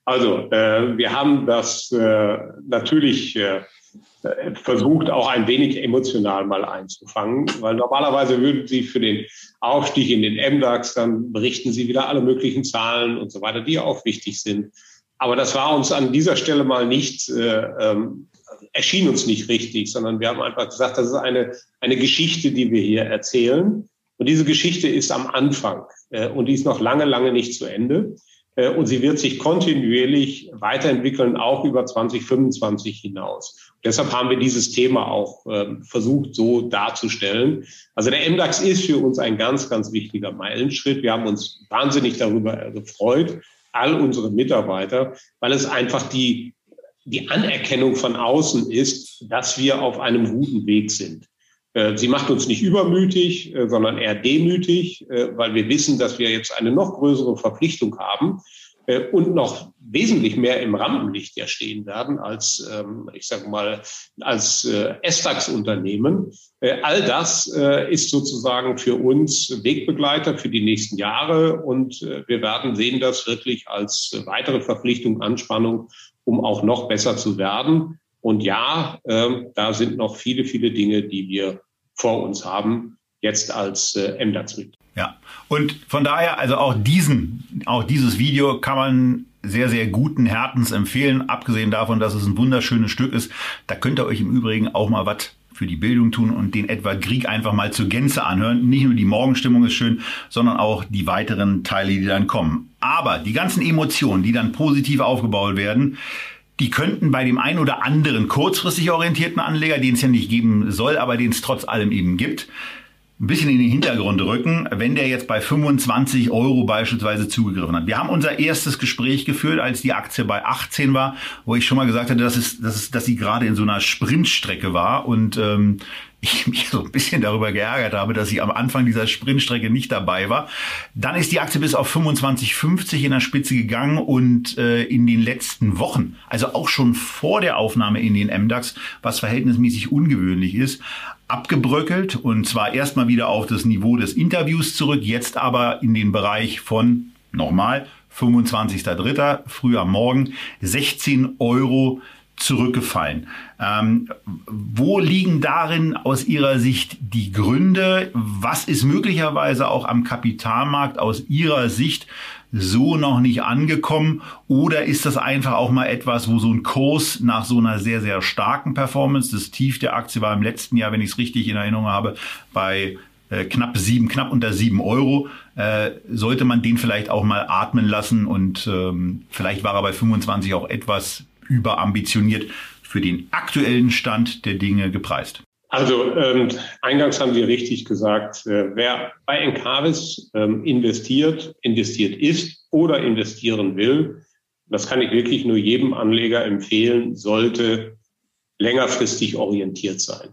Also äh, wir haben das äh, natürlich äh, versucht, auch ein wenig emotional mal einzufangen, weil normalerweise würden Sie für den Aufstieg in den M DAX, dann berichten Sie wieder alle möglichen Zahlen und so weiter, die auch wichtig sind. Aber das war uns an dieser Stelle mal nicht, äh, ähm, erschien uns nicht richtig, sondern wir haben einfach gesagt, das ist eine, eine Geschichte, die wir hier erzählen. Und diese Geschichte ist am Anfang äh, und die ist noch lange, lange nicht zu Ende. Äh, und sie wird sich kontinuierlich weiterentwickeln, auch über zwanzig fünfundzwanzig hinaus. Und deshalb haben wir dieses Thema auch äh, versucht, so darzustellen. Also der M DAX ist für uns ein ganz, ganz wichtiger Meilenschritt. Wir haben uns wahnsinnig darüber gefreut, all unsere Mitarbeiter, weil es einfach die, die Anerkennung von außen ist, dass wir auf einem guten Weg sind. Sie macht uns nicht übermütig, sondern eher demütig, weil wir wissen, dass wir jetzt eine noch größere Verpflichtung haben und noch wesentlich mehr im Rampenlicht ja stehen werden als, ich sage mal, als S DAX-Unternehmen. All das ist sozusagen für uns Wegbegleiter für die nächsten Jahre und wir werden sehen das wirklich als weitere Verpflichtung, Anspannung, um auch noch besser zu werden. Und ja, äh, da sind noch viele, viele Dinge, die wir vor uns haben, jetzt als äh, M DAX-Mitglied. Ja, und von daher, also auch diesen, auch dieses Video kann man sehr, sehr guten Herzens empfehlen, abgesehen davon, dass es ein wunderschönes Stück ist. Da könnt ihr euch im Übrigen auch mal was für die Bildung tun und den Edward Grieg einfach mal zur Gänze anhören. Nicht nur die Morgenstimmung ist schön, sondern auch die weiteren Teile, die dann kommen. Aber die ganzen Emotionen, die dann positiv aufgebaut werden, die könnten bei dem einen oder anderen kurzfristig orientierten Anleger, den es ja nicht geben soll, aber den es trotz allem eben gibt, ein bisschen in den Hintergrund rücken, wenn der jetzt bei fünfundzwanzig Euro beispielsweise zugegriffen hat. Wir haben unser erstes Gespräch geführt, als die Aktie bei achtzehn war, wo ich schon mal gesagt hatte, dass, es, dass, es, dass sie gerade in so einer Sprintstrecke war und ähm, ich mich so ein bisschen darüber geärgert habe, dass sie am Anfang dieser Sprintstrecke nicht dabei war. Dann ist die Aktie bis auf fünfundzwanzig fünfzig in der Spitze gegangen und äh, in den letzten Wochen, also auch schon vor der Aufnahme in den M DAX, was verhältnismäßig ungewöhnlich ist, abgebröckelt und zwar erstmal wieder auf das Niveau des Interviews zurück, jetzt aber in den Bereich von, nochmal, fünfundzwanzigster dritter früh am Morgen, sechzehn Euro zurückgefallen. Ähm, wo liegen darin aus Ihrer Sicht die Gründe? Was ist möglicherweise auch am Kapitalmarkt aus Ihrer Sicht so noch nicht angekommen? Oder ist das einfach auch mal etwas, wo so ein Kurs nach so einer sehr, sehr starken Performance, das Tief der Aktie war im letzten Jahr, wenn ich es richtig in Erinnerung habe, bei äh, knapp sieben, knapp unter sieben Euro, äh, sollte man den vielleicht auch mal atmen lassen und ähm, vielleicht war er bei fünfundzwanzig auch etwas überambitioniert für den aktuellen Stand der Dinge gepreist? Also ähm, eingangs haben Sie richtig gesagt, äh, wer bei Encavis ähm, investiert, investiert ist oder investieren will, das kann ich wirklich nur jedem Anleger empfehlen, sollte längerfristig orientiert sein.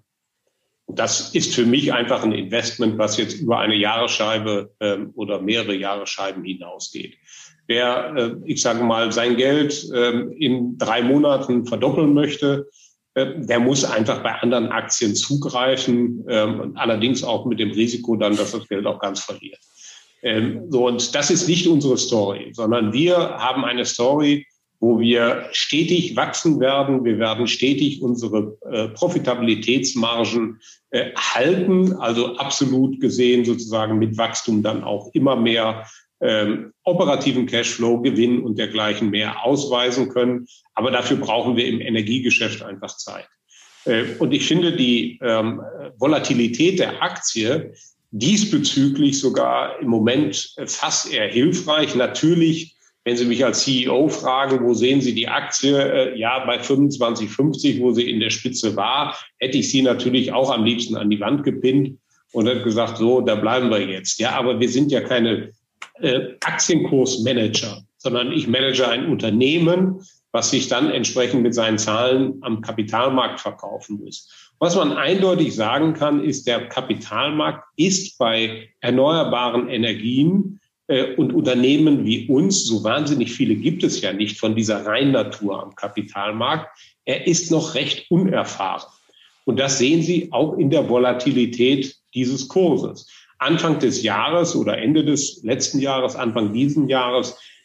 Und das ist für mich einfach ein Investment, was jetzt über eine Jahresscheibe ähm, oder mehrere Jahresscheiben hinausgeht. Wer, äh, ich sage mal, sein Geld äh, in drei Monaten verdoppeln möchte, äh, der muss einfach bei anderen Aktien zugreifen, äh, und allerdings auch mit dem Risiko dann, dass das Geld auch ganz verliert. Ähm, so, und das ist nicht unsere Story, sondern wir haben eine Story, wo wir stetig wachsen werden. Wir werden stetig unsere äh, Profitabilitätsmargen äh, halten, also absolut gesehen sozusagen mit Wachstum dann auch immer mehr ähm, operativen Cashflow, Gewinn und dergleichen mehr ausweisen können. Aber dafür brauchen wir im Energiegeschäft einfach Zeit. Äh, und ich finde die ähm, Volatilität der Aktie diesbezüglich sogar im Moment fast eher hilfreich. Natürlich, wenn Sie mich als C E O fragen, wo sehen Sie die Aktie? Äh, ja, bei fünfundzwanzig fünfzig, wo sie in der Spitze war, hätte ich sie natürlich auch am liebsten an die Wand gepinnt und hätte gesagt, so, da bleiben wir jetzt. Ja, aber wir sind ja keine äh, Aktienkursmanager, sondern ich manage ein Unternehmen, was sich dann entsprechend mit seinen Zahlen am Kapitalmarkt verkaufen muss. Was man eindeutig sagen kann, ist, der Kapitalmarkt ist bei erneuerbaren Energien und Unternehmen wie uns, so wahnsinnig viele gibt es ja nicht von dieser reinen Natur am Kapitalmarkt, er ist noch recht unerfahren. Und das sehen Sie auch in der Volatilität dieses Kurses. Anfang des Jahres oder Ende des letzten Jahres, Anfang diesen Jahres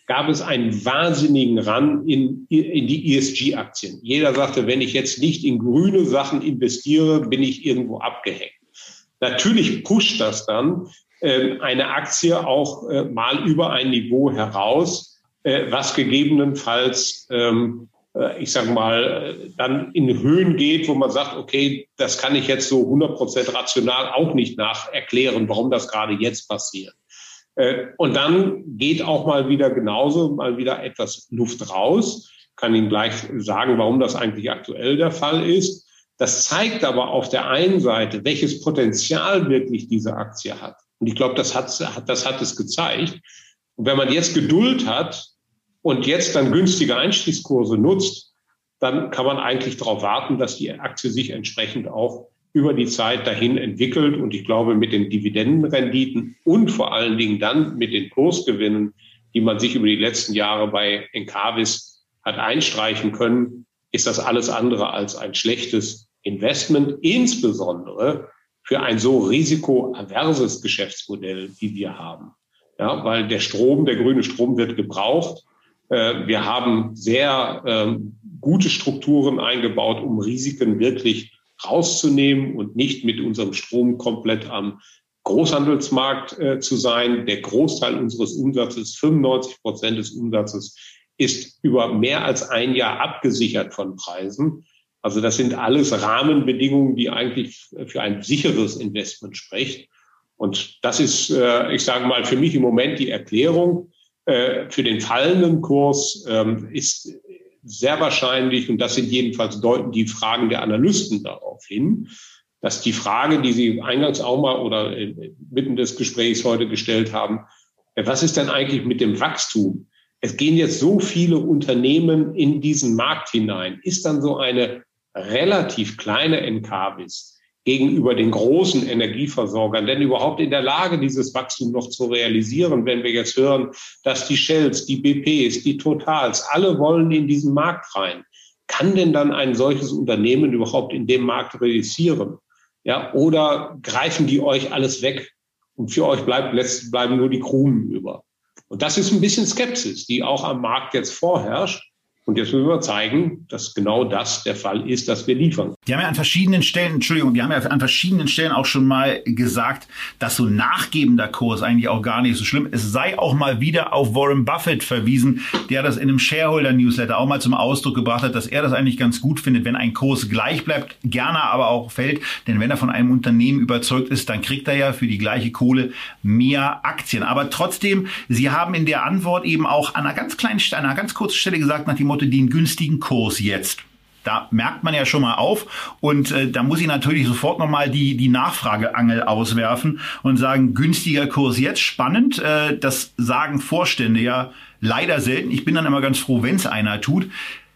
gab es einen wahnsinnigen Run in, in die E S G-Aktien. Jeder sagte, wenn ich jetzt nicht in grüne Sachen investiere, bin ich irgendwo abgehängt. Natürlich pusht das dann äh, eine Aktie auch äh, mal über ein Niveau heraus, äh, was gegebenenfalls, ähm, äh, ich sage mal, äh, dann in Höhen geht, wo man sagt, okay, das kann ich jetzt so hundert Prozent rational auch nicht nacherklären, warum das gerade jetzt passiert. Äh, und dann geht auch mal wieder genauso, mal wieder etwas Luft raus. Ich kann Ihnen gleich sagen, warum das eigentlich aktuell der Fall ist. Das zeigt aber auf der einen Seite, welches Potenzial wirklich diese Aktie hat. Und ich glaube, das hat, das hat es gezeigt. Und wenn man jetzt Geduld hat und jetzt dann günstige Einstiegskurse nutzt, dann kann man eigentlich darauf warten, dass die Aktie sich entsprechend auch über die Zeit dahin entwickelt. Und ich glaube, mit den Dividendenrenditen und vor allen Dingen dann mit den Kursgewinnen, die man sich über die letzten Jahre bei Encavis hat einstreichen können, ist das alles andere als ein schlechtes Investment, insbesondere für ein so risikoaverses Geschäftsmodell, wie wir haben. Ja, weil der Strom, der grüne Strom wird gebraucht. Wir haben sehr ähm, gute Strukturen eingebaut, um Risiken wirklich rauszunehmen und nicht mit unserem Strom komplett am Großhandelsmarkt äh, zu sein. Der Großteil unseres Umsatzes, fünfundneunzig Prozent des Umsatzes, ist über mehr als ein Jahr abgesichert von Preisen. Also das sind alles Rahmenbedingungen, die eigentlich für ein sicheres Investment sprechen. Und das ist, äh, ich sage mal, für mich im Moment die Erklärung. Äh, für den fallenden Kurs ähm, ist sehr wahrscheinlich, und das sind jedenfalls deuten die Fragen der Analysten darauf hin, dass die Frage, die Sie eingangs auch mal oder mitten des Gesprächs heute gestellt haben, was ist denn eigentlich mit dem Wachstum? Es gehen jetzt so viele Unternehmen in diesen Markt hinein. Ist dann so eine relativ kleine Encavis gegenüber den großen Energieversorgern denn überhaupt in der Lage, dieses Wachstum noch zu realisieren, wenn wir jetzt hören, dass die Shells, die B Ps, die Totals, alle wollen in diesen Markt rein? Kann denn dann ein solches Unternehmen überhaupt in dem Markt realisieren? Ja, oder greifen die euch alles weg und für euch bleibt, bleiben nur die Krumen über? Und das ist ein bisschen Skepsis, die auch am Markt jetzt vorherrscht. Und jetzt müssen wir zeigen, dass genau das der Fall ist, dass wir liefern. Die haben ja an verschiedenen Stellen, Entschuldigung, die haben ja an verschiedenen Stellen auch schon mal gesagt, dass so nachgebender Kurs eigentlich auch gar nicht so schlimm ist. Es sei auch mal wieder auf Warren Buffett verwiesen, der das in einem Shareholder-Newsletter auch mal zum Ausdruck gebracht hat, dass er das eigentlich ganz gut findet, wenn ein Kurs gleich bleibt, gerne aber auch fällt. Denn wenn er von einem Unternehmen überzeugt ist, dann kriegt er ja für die gleiche Kohle mehr Aktien. Aber trotzdem, Sie haben in der Antwort eben auch an einer ganz kleinen, an einer ganz kurzen Stelle gesagt, nach dem den günstigen Kurs jetzt. Da merkt man ja schon mal auf und äh, da muss ich natürlich sofort nochmal die, die Nachfrageangel auswerfen und sagen, günstiger Kurs jetzt, spannend, äh, das sagen Vorstände ja leider selten. Ich bin dann immer ganz froh, wenn es einer tut.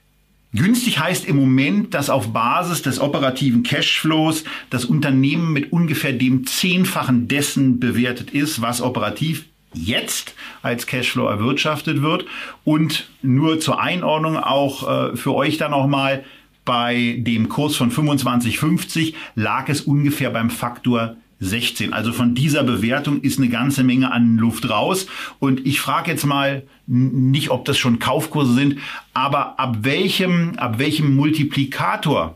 Günstig heißt im Moment, dass auf Basis des operativen Cashflows das Unternehmen mit ungefähr dem Zehnfachen dessen bewertet ist, was operativ jetzt als Cashflow erwirtschaftet wird. Und nur zur Einordnung auch äh, für euch dann nochmal, bei dem Kurs von fünfundzwanzig fünfzig lag es ungefähr beim Faktor sechzehn. Also von dieser Bewertung ist eine ganze Menge an Luft raus. Und ich frage jetzt mal nicht, ob das schon Kaufkurse sind, aber ab welchem, ab welchem Multiplikator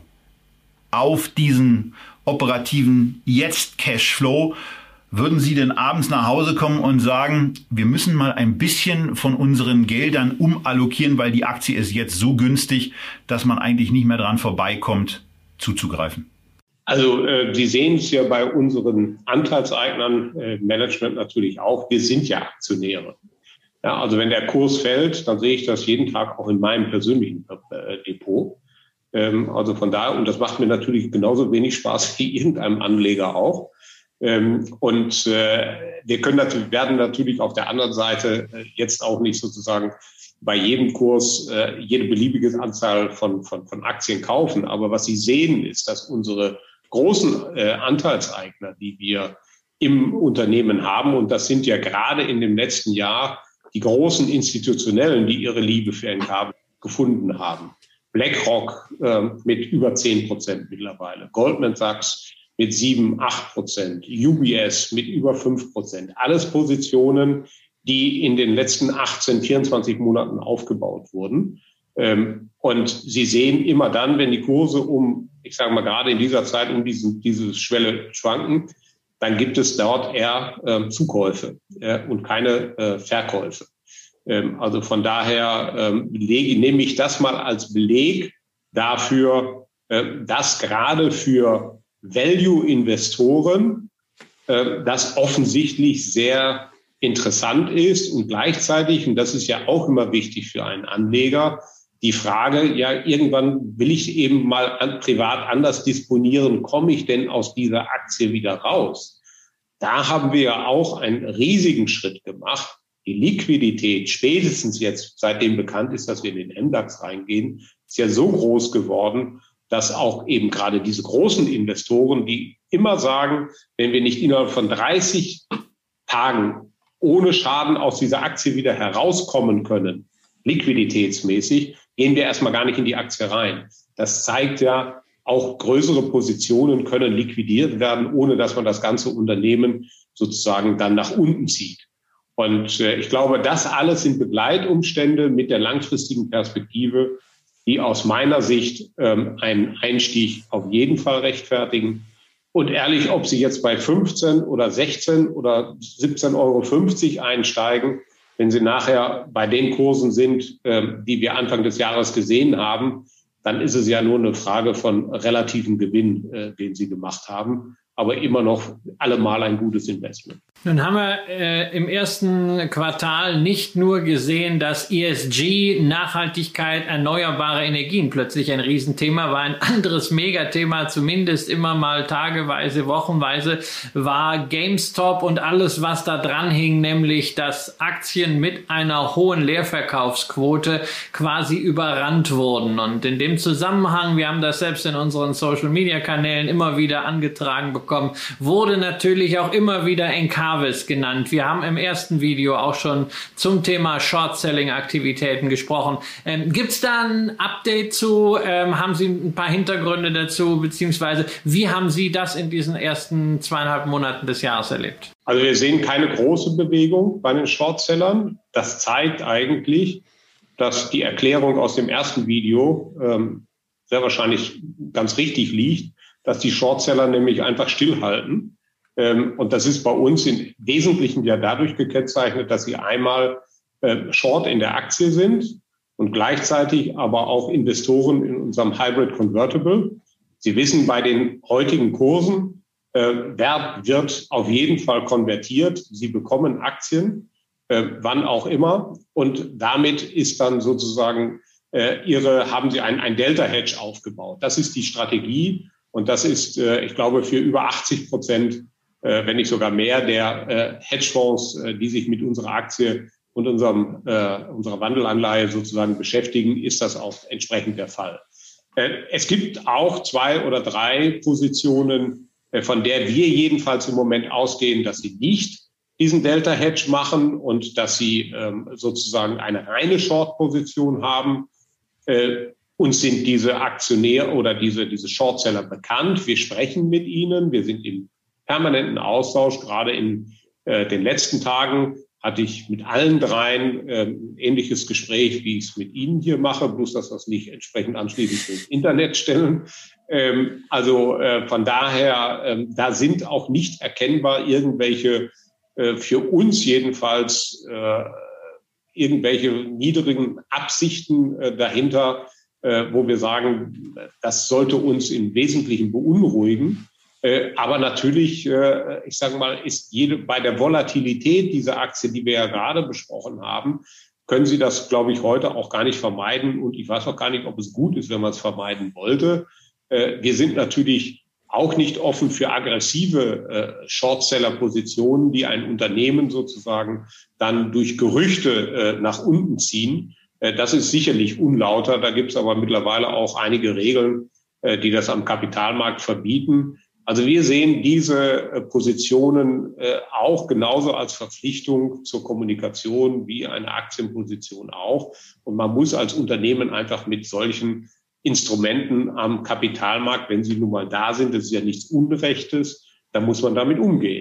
auf diesen operativen Jetzt-Cashflow würden Sie denn abends nach Hause kommen und sagen, wir müssen mal ein bisschen von unseren Geldern umallokieren, weil die Aktie ist jetzt so günstig, dass man eigentlich nicht mehr dran vorbeikommt, zuzugreifen? Also äh, Sie sehen es ja bei unseren Anteilseignern, äh, Management natürlich auch, wir sind ja Aktionäre. Ja, also wenn der Kurs fällt, dann sehe ich das jeden Tag auch in meinem persönlichen äh, Depot. Ähm, also von daher, und das macht mir natürlich genauso wenig Spaß wie irgendeinem Anleger auch. Und äh, wir können natürlich, werden natürlich auf der anderen Seite äh, jetzt auch nicht sozusagen bei jedem Kurs äh, jede beliebige Anzahl von, von, von Aktien kaufen. Aber was Sie sehen, ist, dass unsere großen äh, Anteilseigner, die wir im Unternehmen haben, und das sind ja gerade in dem letzten Jahr die großen Institutionellen, die ihre Liebe für Encavis gefunden haben. BlackRock äh, mit über zehn Prozent mittlerweile, Goldman Sachs mit sieben, acht Prozent, U B S mit über fünf Prozent. Alles Positionen, die in den letzten achtzehn, vierundzwanzig Monaten aufgebaut wurden. Und Sie sehen immer dann, wenn die Kurse um, ich sage mal gerade in dieser Zeit um diesen, diese Schwelle schwanken, dann gibt es dort eher äh, Zukäufe äh, und keine äh, Verkäufe. Ähm, also von daher ähm, lege, nehme ich das mal als Beleg dafür, äh, dass gerade für Value-Investoren äh, das offensichtlich sehr interessant ist und gleichzeitig, und das ist ja auch immer wichtig für einen Anleger, die Frage, ja, irgendwann will ich eben mal an, privat anders disponieren, komme ich denn aus dieser Aktie wieder raus? Da haben wir ja auch einen riesigen Schritt gemacht. Die Liquidität, spätestens jetzt, seitdem bekannt ist, dass wir in den M DAX reingehen, ist ja so groß geworden, dass auch eben gerade diese großen Investoren, die immer sagen, wenn wir nicht innerhalb von dreißig Tagen ohne Schaden aus dieser Aktie wieder herauskommen können, liquiditätsmäßig, gehen wir erstmal gar nicht in die Aktie rein. Das zeigt ja, auch größere Positionen können liquidiert werden, ohne dass man das ganze Unternehmen sozusagen dann nach unten zieht. Und äh, ich glaube, das alles sind Begleitumstände mit der langfristigen Perspektive, die aus meiner Sicht ähm, einen Einstieg auf jeden Fall rechtfertigen. Und ehrlich, ob Sie jetzt bei fünfzehn oder sechzehn oder siebzehn Euro fünfzig einsteigen, wenn Sie nachher bei den Kursen sind, äh, die wir Anfang des Jahres gesehen haben, dann ist es ja nur eine Frage von relativem Gewinn, äh, den Sie gemacht haben. Aber immer noch allemal ein gutes Investment. Nun haben wir äh, im ersten Quartal nicht nur gesehen, dass E S G, Nachhaltigkeit, erneuerbare Energien plötzlich ein Riesenthema war. Ein anderes Megathema, zumindest immer mal tageweise, wochenweise, war GameStop und alles, was da dran hing, nämlich dass Aktien mit einer hohen Leerverkaufsquote quasi überrannt wurden. Und in dem Zusammenhang, wir haben das selbst in unseren Social-Media-Kanälen immer wieder angetragen bekommen, wurde natürlich auch immer wieder Encarvis genannt. Wir haben im ersten Video auch schon zum Thema Short-Selling-Aktivitäten gesprochen. Ähm, Gibt es da ein Update zu? Ähm, haben Sie ein paar Hintergründe dazu? Beziehungsweise wie haben Sie das in diesen ersten zweieinhalb Monaten des Jahres erlebt? Also wir sehen keine große Bewegung bei den Short-Sellern. Das zeigt eigentlich, dass die Erklärung aus dem ersten Video ähm, sehr wahrscheinlich ganz richtig liegt, dass die Shortseller nämlich einfach stillhalten. Ähm, und das ist bei uns im Wesentlichen ja dadurch gekennzeichnet, dass sie einmal äh, Short in der Aktie sind und gleichzeitig aber auch Investoren in unserem Hybrid Convertible. Sie wissen, bei den heutigen Kursen äh, wer wird auf jeden Fall konvertiert. Sie bekommen Aktien, äh, wann auch immer. Und damit ist dann sozusagen äh, ihre, haben sie ein, ein Delta-Hedge aufgebaut. Das ist die Strategie. Und das ist, äh, ich glaube, für über achtzig Prozent, äh, wenn nicht sogar mehr, der äh, Hedgefonds, äh, die sich mit unserer Aktie und unserem, äh, unserer Wandelanleihe sozusagen beschäftigen, ist das auch entsprechend der Fall. Äh, es gibt auch zwei oder drei Positionen, äh, von der wir jedenfalls im Moment ausgehen, dass sie nicht diesen Delta-Hedge machen und dass sie ähm, sozusagen eine reine Short-Position haben. Äh, Uns sind diese Aktionäre oder diese, diese Shortseller bekannt. Wir sprechen mit ihnen. Wir sind im permanenten Austausch. Gerade in äh, den letzten Tagen hatte ich mit allen dreien äh, ein ähnliches Gespräch, wie ich es mit Ihnen hier mache, bloß dass wir es nicht entsprechend anschließend ins Internet stellen. Ähm, also äh, von daher, äh, da sind auch nicht erkennbar irgendwelche, äh, für uns jedenfalls, äh, irgendwelche niedrigen Absichten äh, dahinter, Äh, wo wir sagen, das sollte uns im Wesentlichen beunruhigen. Äh, aber natürlich, äh, ich sage mal, ist jede, bei der Volatilität dieser Aktie, die wir ja gerade besprochen haben, können Sie das, glaube ich, heute auch gar nicht vermeiden. Und ich weiß auch gar nicht, ob es gut ist, wenn man es vermeiden wollte. Äh, wir sind natürlich auch nicht offen für aggressive äh, Shortseller-Positionen, die ein Unternehmen sozusagen dann durch Gerüchte äh, nach unten ziehen. Das ist sicherlich unlauter. Da gibt es aber mittlerweile auch einige Regeln, die das am Kapitalmarkt verbieten. Also wir sehen diese Positionen auch genauso als Verpflichtung zur Kommunikation wie eine Aktienposition auch. Und man muss als Unternehmen einfach mit solchen Instrumenten am Kapitalmarkt, wenn sie nun mal da sind, das ist ja nichts Unrechtes, da muss man damit umgehen.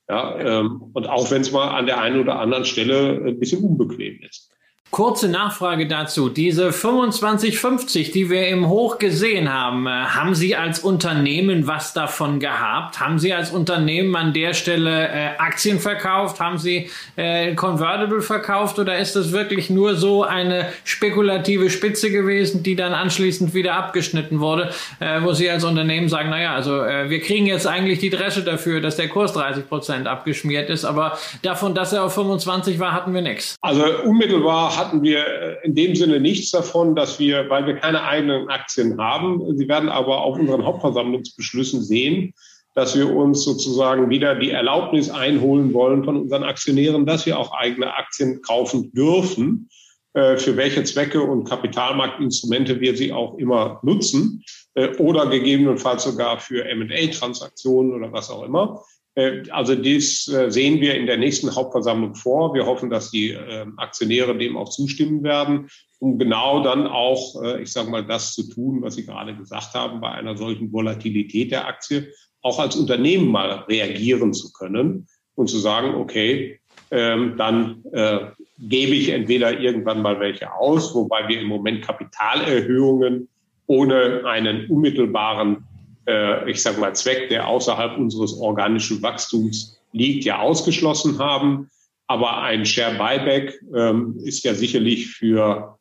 Ja, ähm, und auch wenn es mal an der einen oder anderen Stelle ein bisschen unbequem ist. Kurze Nachfrage dazu. Diese fünfundzwanzig fünfzig, die wir im Hoch gesehen haben, haben Sie als Unternehmen was davon gehabt? Haben Sie als Unternehmen an der Stelle äh, Aktien verkauft? Haben Sie äh, Convertible verkauft? Oder ist das wirklich nur so eine spekulative Spitze gewesen, die dann anschließend wieder abgeschnitten wurde, äh, wo Sie als Unternehmen sagen, naja, also äh, wir kriegen jetzt eigentlich die Dresche dafür, dass der Kurs dreißig Prozent abgeschmiert ist, aber davon, dass er auf fünfundzwanzig war, hatten wir nichts. Also unmittelbar hatten wir in dem Sinne nichts davon, dass wir, weil wir keine eigenen Aktien haben, Sie werden aber auf unseren Hauptversammlungsbeschlüssen sehen, dass wir uns sozusagen wieder die Erlaubnis einholen wollen von unseren Aktionären, dass wir auch eigene Aktien kaufen dürfen, für welche Zwecke und Kapitalmarktinstrumente wir sie auch immer nutzen oder gegebenenfalls sogar für M und A-Transaktionen oder was auch immer. Also dies sehen wir in der nächsten Hauptversammlung vor. Wir hoffen, dass die Aktionäre dem auch zustimmen werden, um genau dann auch, ich sage mal, das zu tun, was Sie gerade gesagt haben, bei einer solchen Volatilität der Aktie auch als Unternehmen mal reagieren zu können und zu sagen, okay, dann gebe ich entweder irgendwann mal welche aus, wobei wir im Moment Kapitalerhöhungen ohne einen unmittelbaren ich sage mal, Zweck, der außerhalb unseres organischen Wachstums liegt, ja ausgeschlossen haben. Aber ein Share Buyback ähm, ist ja sicherlich für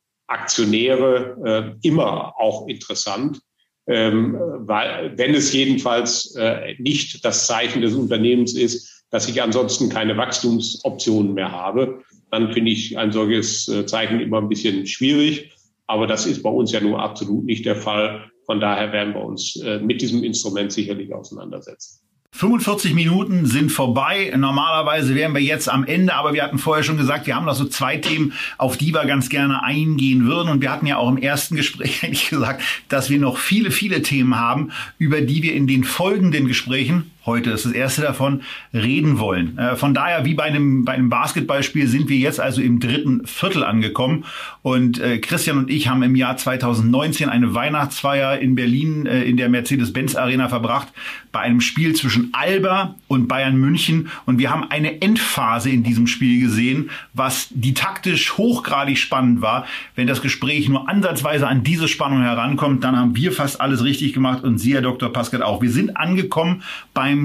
Aktionäre äh, immer auch interessant, ähm, weil, wenn es jedenfalls äh, nicht das Zeichen des Unternehmens ist, dass ich ansonsten keine Wachstumsoptionen mehr habe, dann finde ich ein solches äh, Zeichen immer ein bisschen schwierig. Aber das ist bei uns ja nur absolut nicht der Fall. Von daher werden wir uns äh, mit diesem Instrument sicherlich auseinandersetzen. fünfundvierzig Minuten sind vorbei. Normalerweise wären wir jetzt am Ende, aber wir hatten vorher schon gesagt, wir haben noch so zwei Themen, auf die wir ganz gerne eingehen würden. Und wir hatten ja auch im ersten Gespräch eigentlich gesagt, dass wir noch viele, viele Themen haben, über die wir in den folgenden Gesprächen, heute ist das erste davon, reden wollen. Von daher, wie bei einem, bei einem Basketballspiel, sind wir jetzt also im dritten Viertel angekommen. Und äh, Christian und ich haben im Jahr zweitausendneunzehn eine Weihnachtsfeier in Berlin äh, in der Mercedes-Benz-Arena verbracht, bei einem Spiel zwischen Alba und Bayern München. Und wir haben eine Endphase in diesem Spiel gesehen, was die taktisch hochgradig spannend war. Wenn das Gespräch nur ansatzweise an diese Spannung herankommt, dann haben wir fast alles richtig gemacht und Sie, Herr Doktor Paskert, auch. Wir sind angekommen beim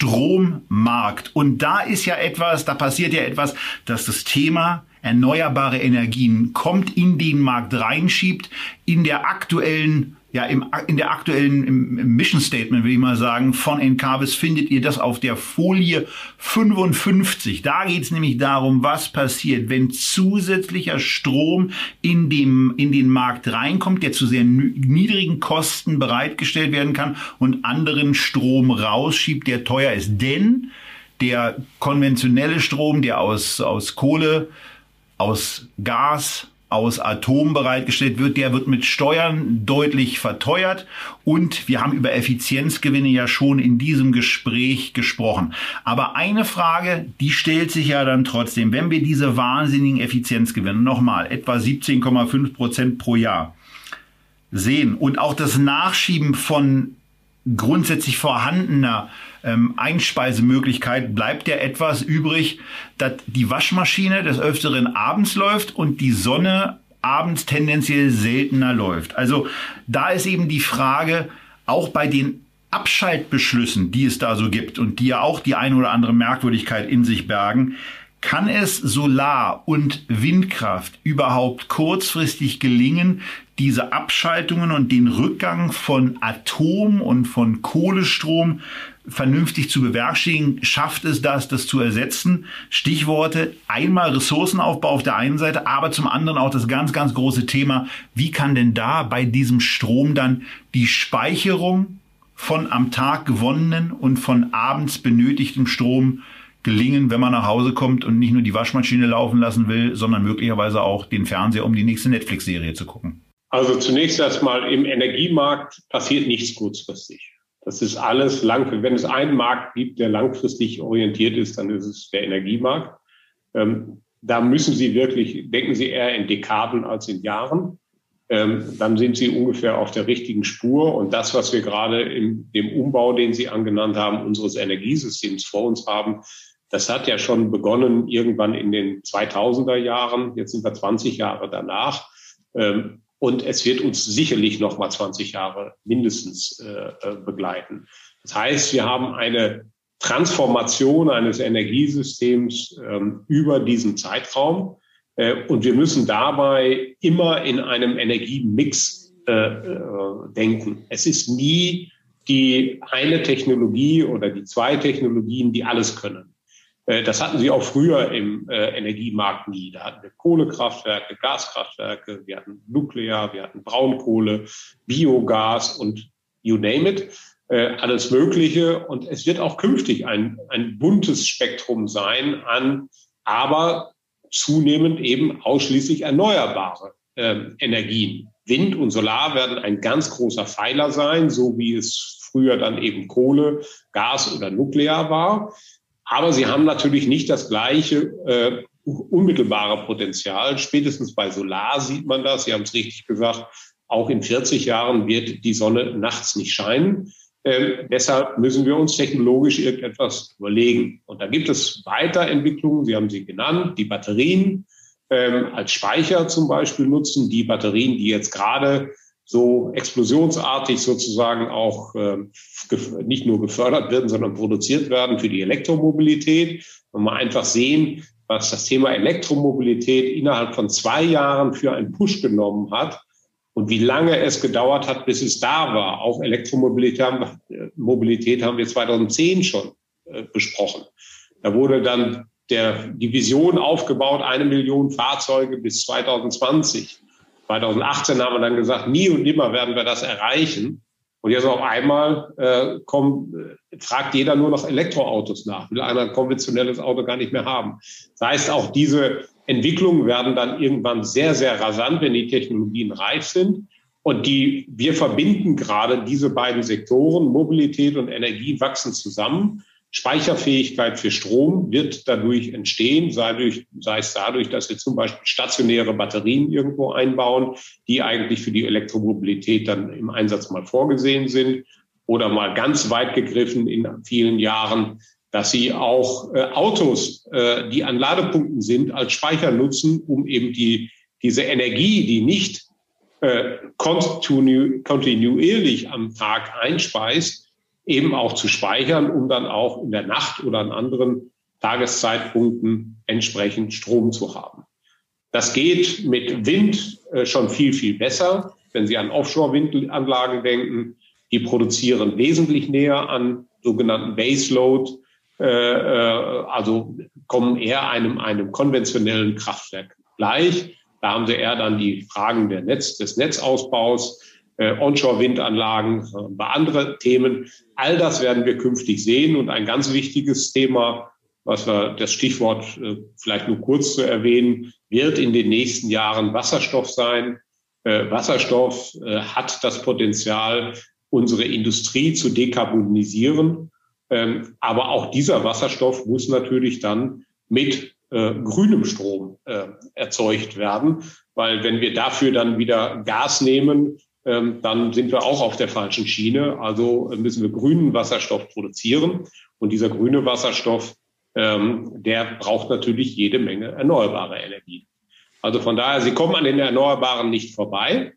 Strommarkt. Und da ist ja etwas, da passiert ja etwas, dass das Thema erneuerbare Energien kommt, in den Markt reinschiebt, in der aktuellen, ja, im, in der aktuellen im, im Mission Statement, will ich mal sagen, von Encavis findet ihr das auf der Folie fünfundfünfzig. Da geht es nämlich darum, was passiert, wenn zusätzlicher Strom in dem, in den Markt reinkommt, der zu sehr niedrigen Kosten bereitgestellt werden kann und anderen Strom rausschiebt, der teuer ist. Denn der konventionelle Strom, der aus, aus Kohle, aus Gas, aus Atom bereitgestellt wird, der wird mit Steuern deutlich verteuert. Und wir haben über Effizienzgewinne ja schon in diesem Gespräch gesprochen. Aber eine Frage, die stellt sich ja dann trotzdem, wenn wir diese wahnsinnigen Effizienzgewinne, nochmal etwa siebzehn Komma fünf Prozent pro Jahr sehen und auch das Nachschieben von grundsätzlich vorhandener ähm, Einspeisemöglichkeit, bleibt ja etwas übrig, dass die Waschmaschine des Öfteren abends läuft und die Sonne abends tendenziell seltener läuft. Also da ist eben die Frage, auch bei den Abschaltbeschlüssen, die es da so gibt und die ja auch die eine oder andere Merkwürdigkeit in sich bergen, kann es Solar- und Windkraft überhaupt kurzfristig gelingen, diese Abschaltungen und den Rückgang von Atom und von Kohlestrom vernünftig zu bewerkstelligen? Schafft es das, das zu ersetzen? Stichworte: einmal Ressourcenaufbau auf der einen Seite, aber zum anderen auch das ganz, ganz große Thema, wie kann denn da bei diesem Strom dann die Speicherung von am Tag gewonnenen und von abends benötigtem Strom gelingen, wenn man nach Hause kommt und nicht nur die Waschmaschine laufen lassen will, sondern möglicherweise auch den Fernseher, um die nächste Netflix-Serie zu gucken? Also zunächst erstmal, im Energiemarkt passiert nichts kurzfristig. Das ist alles lang. Wenn es einen Markt gibt, der langfristig orientiert ist, dann ist es der Energiemarkt. Ähm, da müssen Sie wirklich, denken Sie eher in Dekaden als in Jahren. Ähm, dann sind Sie ungefähr auf der richtigen Spur. Und das, was wir gerade in dem Umbau, den Sie angenannt haben, unseres Energiesystems vor uns haben, Das hat ja schon begonnen irgendwann in den zweitausender Jahren. Jetzt sind wir zwanzig Jahre danach. Und es wird uns sicherlich noch mal zwanzig Jahre mindestens begleiten. Das heißt, wir haben eine Transformation eines Energiesystems über diesen Zeitraum. Und wir müssen dabei immer in einem Energiemix denken. Es ist nie die eine Technologie oder die zwei Technologien, die alles können. Das hatten sie auch früher im äh, Energiemarkt nie. Da hatten wir Kohlekraftwerke, Gaskraftwerke, wir hatten Nuklear, wir hatten Braunkohle, Biogas und you name it, äh, alles Mögliche. Und es wird auch künftig ein, ein buntes Spektrum sein an, aber zunehmend eben ausschließlich erneuerbare äh, Energien. Wind und Solar werden ein ganz großer Pfeiler sein, so wie es früher dann eben Kohle, Gas oder Nuklear war. Aber sie haben natürlich nicht das gleiche äh, unmittelbare Potenzial. Spätestens bei Solar sieht man das. Sie haben es richtig gesagt, auch in vierzig Jahren wird die Sonne nachts nicht scheinen. Ähm, deshalb müssen wir uns technologisch irgendetwas überlegen. Und da gibt es Weiterentwicklungen, Sie haben sie genannt, die Batterien ähm, als Speicher zum Beispiel nutzen. Die Batterien, die jetzt gerade so explosionsartig sozusagen auch äh, nicht nur gefördert werden, sondern produziert werden für die Elektromobilität. Und mal einfach sehen, was das Thema Elektromobilität innerhalb von zwei Jahren für einen Push genommen hat und wie lange es gedauert hat, bis es da war. Auch Elektromobilität haben, Mobilität haben wir zweitausendzehn schon äh, besprochen. Da wurde dann der, die Vision aufgebaut, eine Million Fahrzeuge bis zweitausendzwanzig. zweitausendachtzehn haben wir dann gesagt, nie und nimmer werden wir das erreichen. Und jetzt auf einmal äh, kommt, äh, fragt jeder nur noch Elektroautos nach, will einer ein konventionelles Auto gar nicht mehr haben. Das heißt, auch diese Entwicklungen werden dann irgendwann sehr, sehr rasant, wenn die Technologien reif sind. Und die, wir verbinden gerade diese beiden Sektoren, Mobilität und Energie, wachsen zusammen. Speicherfähigkeit für Strom wird dadurch entstehen, sei, durch, sei es dadurch, dass wir zum Beispiel stationäre Batterien irgendwo einbauen, die eigentlich für die Elektromobilität dann im Einsatz mal vorgesehen sind, oder mal ganz weit gegriffen in vielen Jahren, dass sie auch äh, Autos, äh, die an Ladepunkten sind, als Speicher nutzen, um eben die diese Energie, die nicht äh, kontinu- kontinuierlich am Tag einspeist, eben auch zu speichern, um dann auch in der Nacht oder an anderen Tageszeitpunkten entsprechend Strom zu haben. Das geht mit Wind äh, schon viel, viel besser. Wenn Sie an Offshore-Windanlagen denken, die produzieren wesentlich näher an sogenannten Baseload, äh, äh, also kommen eher einem, einem konventionellen Kraftwerk gleich. Da haben Sie eher dann die Fragen der Netz, des Netzausbaus, Äh, Onshore-Windanlagen, äh, bei anderen Themen. All das werden wir künftig sehen. Und ein ganz wichtiges Thema, was wir, das Stichwort äh, vielleicht nur kurz zu erwähnen, wird in den nächsten Jahren Wasserstoff sein. Äh, Wasserstoff äh, hat das Potenzial, unsere Industrie zu dekarbonisieren. Ähm, aber auch dieser Wasserstoff muss natürlich dann mit äh, grünem Strom äh, erzeugt werden. Weil wenn wir dafür dann wieder Gas nehmen, dann sind wir auch auf der falschen Schiene. Also müssen wir grünen Wasserstoff produzieren. Und dieser grüne Wasserstoff, der braucht natürlich jede Menge erneuerbare Energie. Also von daher, Sie kommen an den Erneuerbaren nicht vorbei.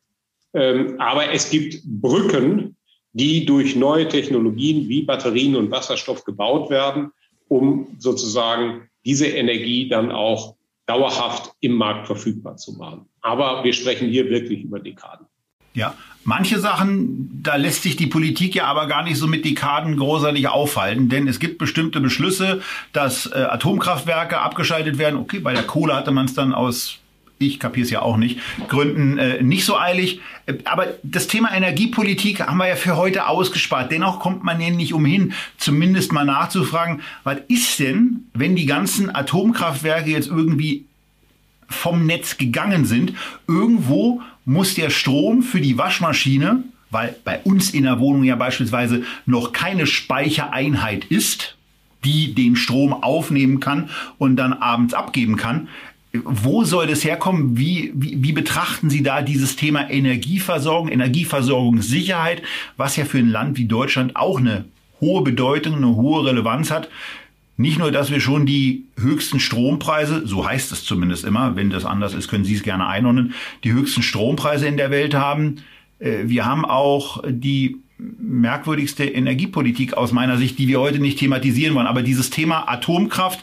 Aber es gibt Brücken, die durch neue Technologien wie Batterien und Wasserstoff gebaut werden, um sozusagen diese Energie dann auch dauerhaft im Markt verfügbar zu machen. Aber wir sprechen hier wirklich über Dekaden. Ja, manche Sachen, da lässt sich die Politik ja aber gar nicht so mit Dekaden großartig aufhalten, denn es gibt bestimmte Beschlüsse, dass äh, Atomkraftwerke abgeschaltet werden. Okay, bei der Kohle hatte man es dann aus, ich kapiere es ja auch nicht, Gründen äh, nicht so eilig. Aber das Thema Energiepolitik haben wir ja für heute ausgespart. Dennoch kommt man ja nicht umhin, zumindest mal nachzufragen, was ist denn, wenn die ganzen Atomkraftwerke jetzt irgendwie vom Netz gegangen sind? Irgendwo muss der Strom für die Waschmaschine, weil bei uns in der Wohnung ja beispielsweise noch keine Speichereinheit ist, die den Strom aufnehmen kann und dann abends abgeben kann. Wo soll das herkommen? Wie, wie, wie betrachten Sie da dieses Thema Energieversorgung, Energieversorgungssicherheit, was ja für ein Land wie Deutschland auch eine hohe Bedeutung, eine hohe Relevanz hat? nicht nur, dass wir schon die höchsten Strompreise, so heißt es zumindest immer, wenn das anders ist, können Sie es gerne einordnen, die höchsten Strompreise in der Welt haben. Wir haben auch die merkwürdigste Energiepolitik aus meiner Sicht, die wir heute nicht thematisieren wollen. Aber dieses Thema Atomkraft,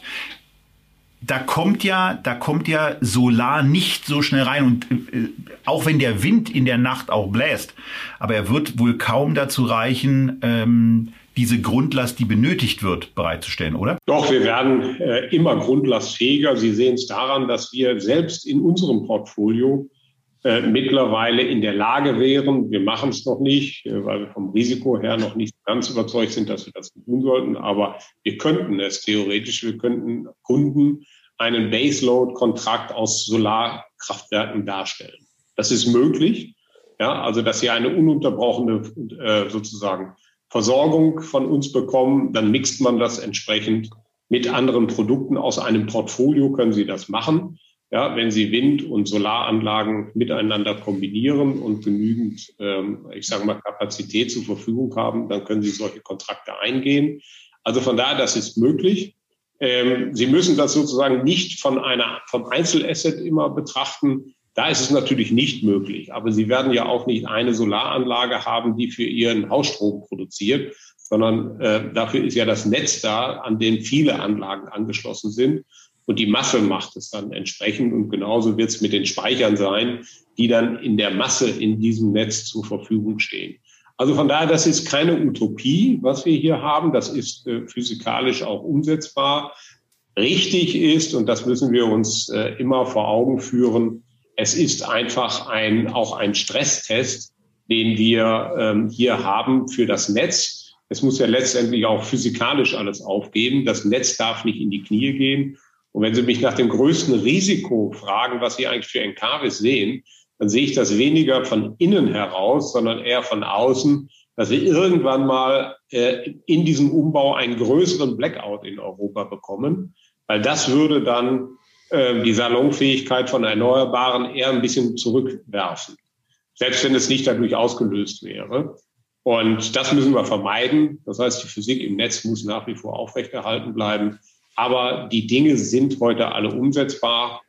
da kommt ja, da kommt ja Solar nicht so schnell rein. Und äh, auch wenn der Wind in der Nacht auch bläst, aber er wird wohl kaum dazu reichen, ähm, diese Grundlast, die benötigt wird, bereitzustellen, oder? Doch, wir werden äh, immer grundlastfähiger. Sie sehen es daran, dass wir selbst in unserem Portfolio äh, mittlerweile in der Lage wären, wir machen es noch nicht, äh, weil wir vom Risiko her noch nicht ganz überzeugt sind, dass wir das tun sollten, aber wir könnten es theoretisch, wir könnten Kunden einen Baseload-Kontrakt aus Solarkraftwerken darstellen. Das ist möglich, ja, also dass Sie eine ununterbrochene äh, sozusagen Versorgung von uns bekommen, dann mixt man das entsprechend mit anderen Produkten aus einem Portfolio, können Sie das machen. Ja, wenn Sie Wind- und Solaranlagen miteinander kombinieren und genügend, ähm, ich sage mal, Kapazität zur Verfügung haben, dann können Sie solche Kontrakte eingehen. Also von daher, das ist möglich. Ähm, Sie müssen das sozusagen nicht von einer, vom Einzelasset immer betrachten. Da ist es natürlich nicht möglich. Aber Sie werden ja auch nicht eine Solaranlage haben, die für Ihren Hausstrom produziert, sondern äh, dafür ist ja das Netz da, an dem viele Anlagen angeschlossen sind. Und die Masse macht es dann entsprechend. Und genauso wird es mit den Speichern sein, die dann in der Masse in diesem Netz zur Verfügung stehen. Also von daher, das ist keine Utopie, was wir hier haben. Das ist äh, physikalisch auch umsetzbar. Richtig ist, und das müssen wir uns äh, immer vor Augen führen, es ist einfach ein, auch ein Stresstest, den wir ähm, hier haben für das Netz. Es muss ja letztendlich auch physikalisch alles aufgeben. Das Netz darf nicht in die Knie gehen. Und wenn Sie mich nach dem größten Risiko fragen, was Sie eigentlich für Encavis sehen, dann sehe ich das weniger von innen heraus, sondern eher von außen, dass wir irgendwann mal äh, in diesem Umbau einen größeren Blackout in Europa bekommen, weil das würde dann äh, die Salonfähigkeit von Erneuerbaren eher ein bisschen zurückwerfen, selbst wenn es nicht dadurch ausgelöst wäre. Und das müssen wir vermeiden. Das heißt, die Physik im Netz muss nach wie vor aufrechterhalten bleiben. Aber die Dinge sind heute alle umsetzbar.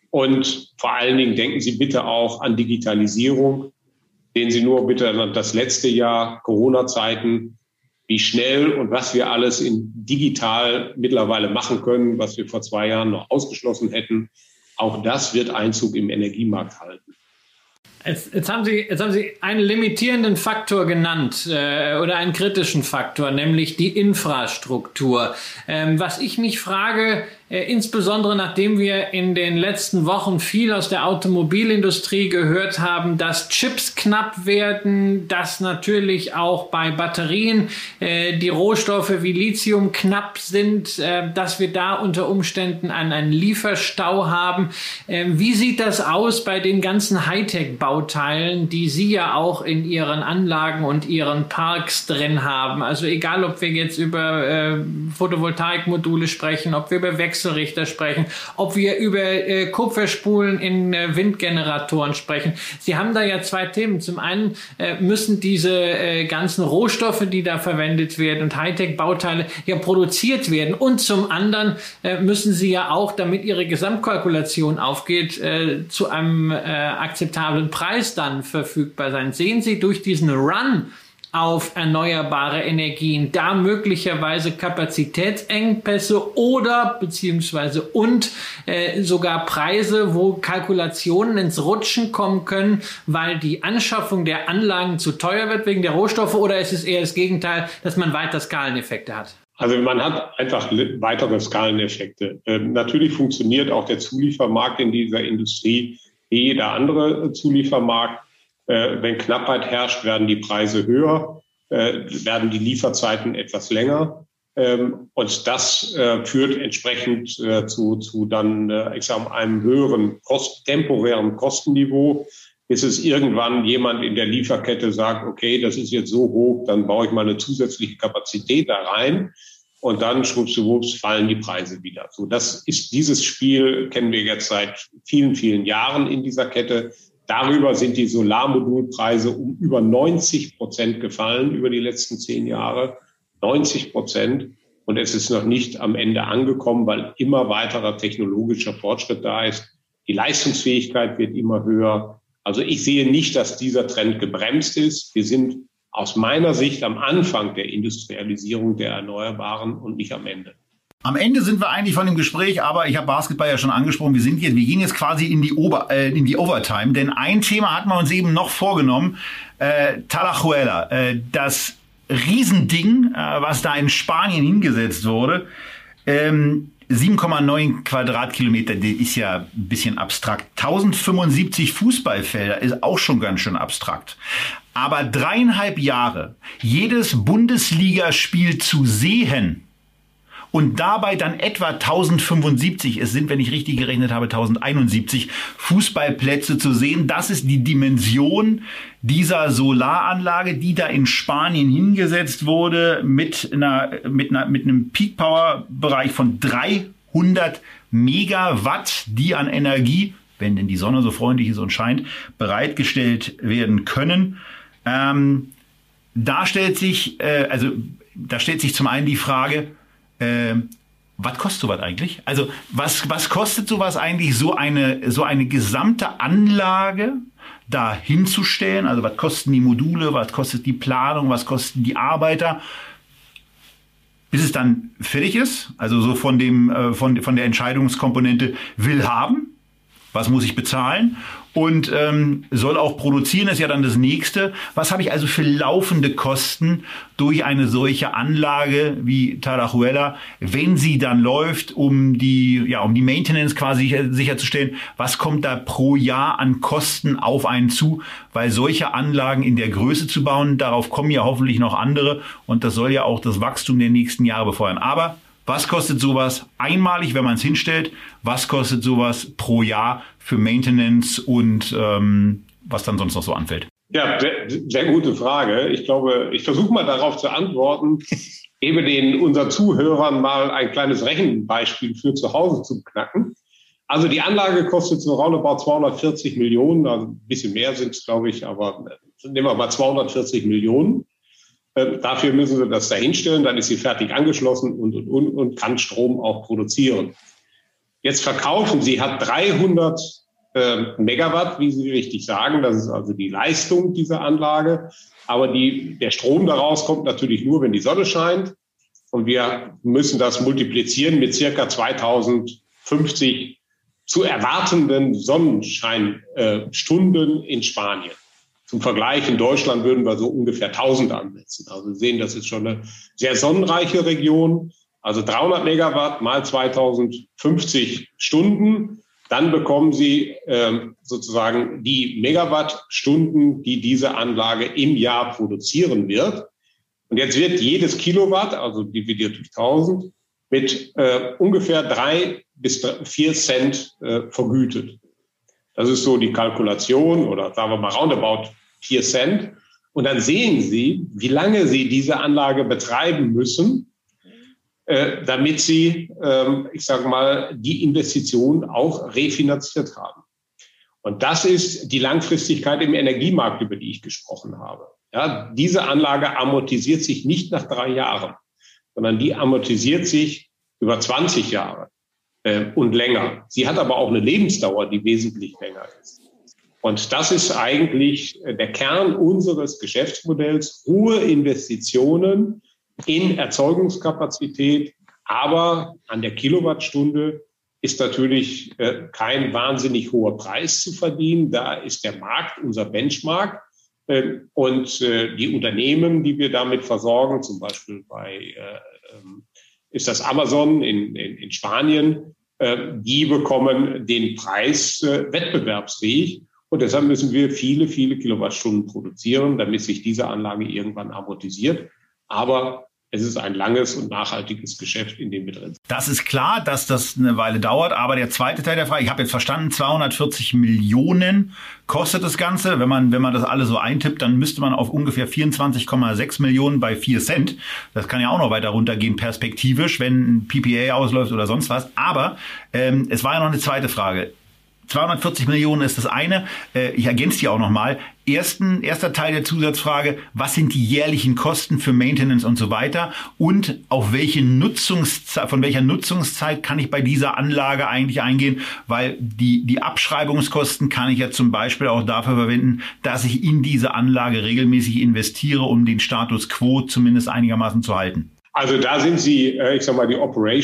Und vor allen Dingen denken Sie bitte auch an Digitalisierung. Sehen Sie nur bitte an das letzte Jahr, Corona-Zeiten, wie schnell und was wir alles in digital mittlerweile machen können, was wir vor zwei Jahren noch ausgeschlossen hätten. Auch das wird Einzug im Energiemarkt halten. Jetzt, jetzt, haben Sie, jetzt haben Sie einen limitierenden Faktor genannt äh, oder einen kritischen Faktor, nämlich die Infrastruktur. Ähm, was ich mich frage, äh, insbesondere nachdem wir in den letzten Wochen viel aus der Automobilindustrie gehört haben, dass Chips knapp werden, dass natürlich auch bei Batterien äh, die Rohstoffe wie Lithium knapp sind, äh, dass wir da unter Umständen einen, einen Lieferstau haben. Äh, wie sieht das aus bei den ganzen Hightech-Bauteilen, die Sie ja auch in Ihren Anlagen und Ihren Parks drin haben? Also egal, ob wir jetzt über äh, Photovoltaikmodule sprechen, ob wir über Wechselrichter sprechen, ob wir über äh, Kupferspulen in äh, Windgeneratoren sprechen. Sie haben da ja zwei Themen. Zum einen äh, müssen diese äh, ganzen Rohstoffe, die da verwendet werden und Hightech-Bauteile ja produziert werden. Und zum anderen äh, müssen Sie ja auch, damit Ihre Gesamtkalkulation aufgeht, äh, zu einem äh, akzeptablen Preis dann verfügbar sein. Sehen Sie durch diesen Run auf erneuerbare Energien da möglicherweise Kapazitätsengpässe oder beziehungsweise und äh, sogar Preise, wo Kalkulationen ins Rutschen kommen können, weil die Anschaffung der Anlagen zu teuer wird wegen der Rohstoffe, oder ist es eher das Gegenteil, dass man weiter Skaleneffekte hat? Also man hat einfach weitere Skaleneffekte. Ähm, natürlich funktioniert auch der Zuliefermarkt in dieser Industrie wie jeder andere Zuliefermarkt. Äh, wenn Knappheit herrscht, werden die Preise höher, äh, werden die Lieferzeiten etwas länger. Ähm, und das äh, führt entsprechend äh, zu, zu dann, äh, ich sage mal, einem höheren Kost, temporären Kostenniveau, bis es irgendwann jemand in der Lieferkette sagt, okay, das ist jetzt so hoch, dann baue ich mal eine zusätzliche Kapazität da rein. Und dann schwuppsdiwupps fallen die Preise wieder. So, das ist dieses Spiel, kennen wir jetzt seit vielen, vielen Jahren in dieser Kette. Darüber sind die Solarmodulpreise um über neunzig Prozent gefallen über die letzten zehn Jahre. neunzig Prozent. Und es ist noch nicht am Ende angekommen, weil immer weiterer technologischer Fortschritt da ist. Die Leistungsfähigkeit wird immer höher. Also ich sehe nicht, dass dieser Trend gebremst ist. Wir sind aus meiner Sicht am Anfang der Industrialisierung der Erneuerbaren und nicht am Ende. Am Ende sind wir eigentlich von dem Gespräch, aber ich habe Basketball ja schon angesprochen. Wir sind jetzt, wir gehen jetzt quasi in die Ober, äh, in die Overtime, denn ein Thema hatten wir uns eben noch vorgenommen. Äh, Talayuela, äh, das Riesending, äh, was da in Spanien hingesetzt wurde. Ähm, sieben Komma neun Quadratkilometer, das ist ja ein bisschen abstrakt. tausendfünfundsiebzig Fußballfelder ist auch schon ganz schön abstrakt. Aber dreieinhalb Jahre jedes Bundesligaspiel zu sehen und dabei dann etwa tausendfünfundsiebzig, es sind, wenn ich richtig gerechnet habe, tausendeinundsiebzig Fußballplätze zu sehen, das ist die Dimension dieser Solaranlage, die da in Spanien hingesetzt wurde mit einer, mit einer, mit einem Peak-Power-Bereich von dreihundert Megawatt, die an Energie, wenn denn die Sonne so freundlich ist und scheint, bereitgestellt werden können. Ähm, da stellt sich, äh, also da stellt sich zum einen die Frage, äh, was kostet sowas eigentlich? Also was was kostet sowas eigentlich, so eine so eine gesamte Anlage da hinzustellen? Also was kosten die Module, was kostet die Planung, was kosten die Arbeiter? Bis es dann fertig ist, also so von dem äh, von von der Entscheidungskomponente will haben, was muss ich bezahlen und ähm, soll auch produzieren, ist ja dann das Nächste. Was habe ich also für laufende Kosten durch eine solche Anlage wie Talayuela, wenn sie dann läuft, um die ja um die Maintenance quasi sicherzustellen? Was kommt da pro Jahr an Kosten auf einen zu? Weil solche Anlagen in der Größe zu bauen, darauf kommen ja hoffentlich noch andere und das soll ja auch das Wachstum der nächsten Jahre befeuern. Aber was kostet sowas einmalig, wenn man es hinstellt? Was kostet sowas pro Jahr für Maintenance und ähm, was dann sonst noch so anfällt? Ja, sehr, sehr gute Frage. Ich glaube, ich versuche mal darauf zu antworten, gebe den unseren Zuhörern mal ein kleines Rechenbeispiel für zu Hause zu knacken. Also die Anlage kostet so roundabout zweihundertvierzig Millionen, also ein bisschen mehr sind es, glaube ich, aber nehmen wir mal zweihundertvierzig Millionen. Dafür müssen Sie das dahinstellen, dann ist sie fertig angeschlossen und, und, und, und kann Strom auch produzieren. Jetzt verkaufen Sie, hat dreihundert äh, Megawatt, wie Sie richtig sagen. Das ist also die Leistung dieser Anlage. Aber die, der Strom daraus kommt natürlich nur, wenn die Sonne scheint. Und wir müssen das multiplizieren mit circa zweitausendfünfzig zu erwartenden Sonnenscheinstunden äh, in Spanien. Zum Vergleich, in Deutschland würden wir so ungefähr tausend ansetzen. Also Sie sehen, das ist schon eine sehr sonnenreiche Region. Also dreihundert Megawatt mal zweitausendfünfzig Stunden. Dann bekommen Sie ähm, sozusagen die Megawattstunden, die diese Anlage im Jahr produzieren wird. Und jetzt wird jedes Kilowatt, also dividiert durch tausend, mit äh, ungefähr drei bis vier Cent äh, vergütet. Das ist so die Kalkulation oder sagen wir mal roundabout vier Cent. Und dann sehen Sie, wie lange Sie diese Anlage betreiben müssen, äh, damit Sie, ähm, ich sage mal, die Investition auch refinanziert haben. Und das ist die Langfristigkeit im Energiemarkt, über die ich gesprochen habe. Ja, diese Anlage amortisiert sich nicht nach drei Jahren, sondern die amortisiert sich über zwanzig Jahre. Und länger. Sie hat aber auch eine Lebensdauer, die wesentlich länger ist. Und das ist eigentlich der Kern unseres Geschäftsmodells, hohe Investitionen in Erzeugungskapazität, aber an der Kilowattstunde ist natürlich kein wahnsinnig hoher Preis zu verdienen. Da ist der Markt unser Benchmark. Und die Unternehmen, die wir damit versorgen, zum Beispiel bei ist das Amazon in, in, in Spanien, äh, die bekommen den Preis äh, wettbewerbsfähig. Und deshalb müssen wir viele, viele Kilowattstunden produzieren, damit sich diese Anlage irgendwann amortisiert. Aber es ist ein langes und nachhaltiges Geschäft, in dem wir drin sind. Das ist klar, dass das eine Weile dauert. Aber der zweite Teil der Frage, ich habe jetzt verstanden, zweihundertvierzig Millionen kostet das Ganze. Wenn man wenn man das alles so eintippt, dann müsste man auf ungefähr vierundzwanzig Komma sechs Millionen bei vier Cent. Das kann ja auch noch weiter runtergehen, perspektivisch, wenn ein P P A ausläuft oder sonst was. Aber ähm, es war ja noch eine zweite Frage. zweihundertvierzig Millionen ist das eine. Ich ergänze die auch nochmal. Ersten, erster Teil der Zusatzfrage, was sind die jährlichen Kosten für Maintenance und so weiter? Und auf welche Nutzungszeit, von welcher Nutzungszeit kann ich bei dieser Anlage eigentlich eingehen? Weil die, die Abschreibungskosten kann ich ja zum Beispiel auch dafür verwenden, dass ich in diese Anlage regelmäßig investiere, um den Status quo zumindest einigermaßen zu halten. Also da sind Sie, ich sag mal, die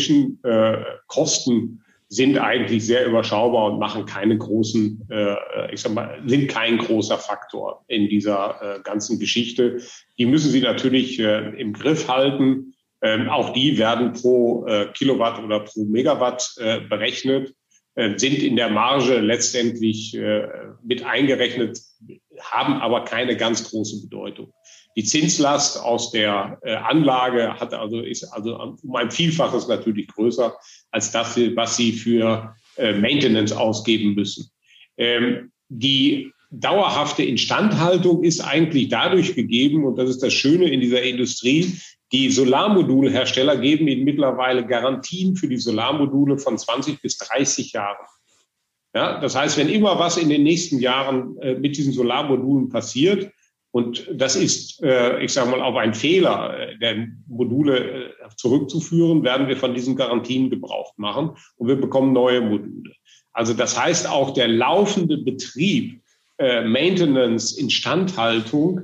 Operation-Kosten sind eigentlich sehr überschaubar und machen keine großen, ich sag mal, sind kein großer Faktor in dieser ganzen Geschichte. Die müssen Sie natürlich im Griff halten. Auch die werden pro Kilowatt oder pro Megawatt berechnet, sind in der Marge letztendlich mit eingerechnet, haben aber keine ganz große Bedeutung. Die Zinslast aus der äh, Anlage hat also, ist also um ein Vielfaches natürlich größer als das, was Sie für äh, Maintenance ausgeben müssen. Ähm, die dauerhafte Instandhaltung ist eigentlich dadurch gegeben, und das ist das Schöne in dieser Industrie, die Solarmodulhersteller geben Ihnen mittlerweile Garantien für die Solarmodule von zwanzig bis dreißig Jahren. Ja, das heißt, wenn immer was in den nächsten Jahren äh, mit diesen Solarmodulen passiert, und das ist, ich sage mal, auf einen Fehler der Module zurückzuführen, werden wir von diesen Garantien Gebrauch machen und wir bekommen neue Module. Also das heißt auch der laufende Betrieb, Maintenance, Instandhaltung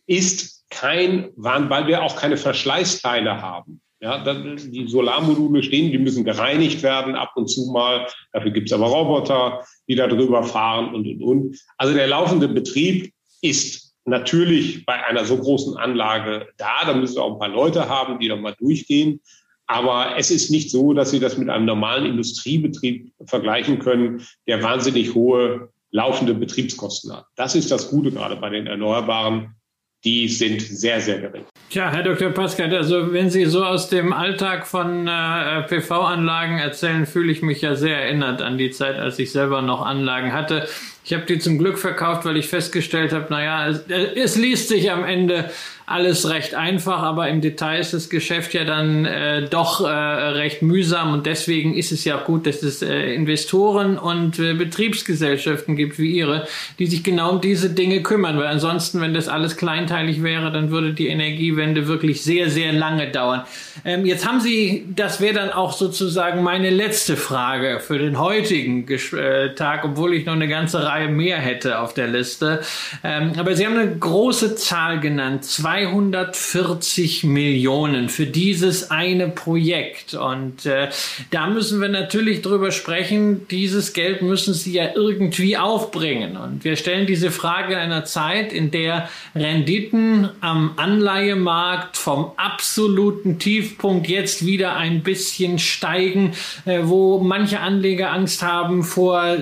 ist kein, weil wir auch keine Verschleißteile haben. Ja, die Solarmodule stehen, die müssen gereinigt werden ab und zu mal. Dafür gibt es aber Roboter, die da drüber fahren und, und, und. Also der laufende Betrieb ist natürlich bei einer so großen Anlage da, da müssen wir auch ein paar Leute haben, die da mal durchgehen. Aber es ist nicht so, dass Sie das mit einem normalen Industriebetrieb vergleichen können, der wahnsinnig hohe laufende Betriebskosten hat. Das ist das Gute gerade bei den Erneuerbaren. Die sind sehr, sehr gering. Tja, Herr Doktor Paskat, also wenn Sie so aus dem Alltag von äh, P V-Anlagen erzählen, fühle ich mich ja sehr erinnert an die Zeit, als ich selber noch Anlagen hatte. Ich habe die zum Glück verkauft, weil ich festgestellt habe, naja, es, es liest sich am Ende alles recht einfach, aber im Detail ist das Geschäft ja dann äh, doch äh, recht mühsam und deswegen ist es ja auch gut, dass es äh, Investoren und äh, Betriebsgesellschaften gibt wie Ihre, die sich genau um diese Dinge kümmern, weil ansonsten, wenn das alles kleinteilig wäre, dann würde die Energiewende wirklich sehr, sehr lange dauern. Ähm, jetzt haben Sie, das wäre dann auch sozusagen meine letzte Frage für den heutigen Ges- äh, Tag, obwohl ich noch eine ganze Reihe mehr hätte auf der Liste. Ähm, aber Sie haben eine große Zahl genannt, zweihundertvierzig Millionen für dieses eine Projekt. Und äh, da müssen wir natürlich drüber sprechen, dieses Geld müssen Sie ja irgendwie aufbringen. Und wir stellen diese Frage in einer Zeit, in der Renditen am Anleihemarkt vom absoluten Tiefpunkt jetzt wieder ein bisschen steigen, äh, wo manche Anleger Angst haben vor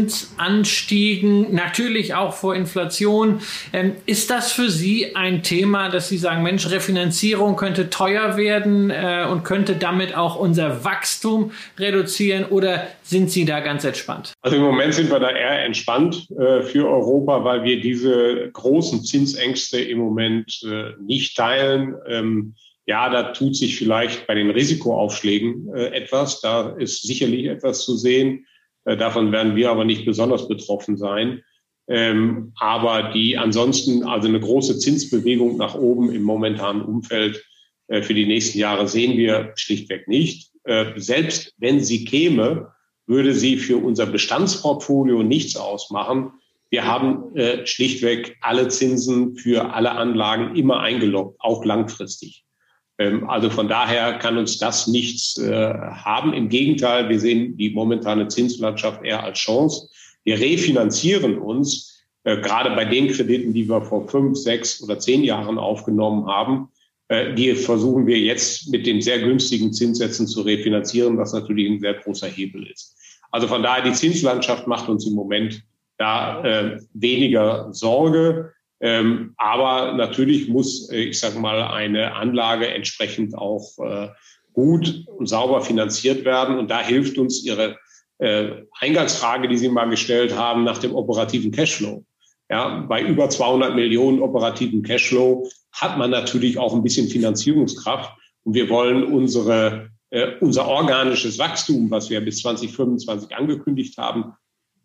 Zinsanstiegen, natürlich auch vor Inflation. Ähm, ist das für Sie ein Thema, dass Sie sagen, Mensch, Refinanzierung könnte teuer werden äh, und könnte damit auch unser Wachstum reduzieren, oder sind Sie da ganz entspannt? Also im Moment sind wir da eher entspannt äh, für Europa, weil wir diese großen Zinsängste im Moment äh, nicht teilen. Ähm, ja, da tut sich vielleicht bei den Risikoaufschlägen äh, etwas. Da ist sicherlich etwas zu sehen. Äh, davon werden wir aber nicht besonders betroffen sein. Ähm, aber die ansonsten, also eine große Zinsbewegung nach oben im momentanen Umfeld äh, für die nächsten Jahre sehen wir schlichtweg nicht. Äh, selbst wenn sie käme, würde sie für unser Bestandsportfolio nichts ausmachen. Wir haben äh, schlichtweg alle Zinsen für alle Anlagen immer eingeloggt, auch langfristig. Ähm, also von daher kann uns das nichts äh, haben. Im Gegenteil, wir sehen die momentane Zinslandschaft eher als Chance. Wir refinanzieren uns, äh, gerade bei den Krediten, die wir vor fünf, sechs oder zehn Jahren aufgenommen haben. Äh, die versuchen wir jetzt mit den sehr günstigen Zinssätzen zu refinanzieren, was natürlich ein sehr großer Hebel ist. Also von daher, die Zinslandschaft macht uns im Moment da äh, weniger Sorge. Ähm, aber natürlich muss, äh, ich sage mal, eine Anlage entsprechend auch äh, gut und sauber finanziert werden. Und da hilft uns Ihre Äh, Eingangsfrage, die Sie mal gestellt haben, nach dem operativen Cashflow. Ja, bei über zweihundert Millionen operativen Cashflow hat man natürlich auch ein bisschen Finanzierungskraft. Und wir wollen unsere, äh, unser organisches Wachstum, was wir bis zwanzig fünfundzwanzig angekündigt haben,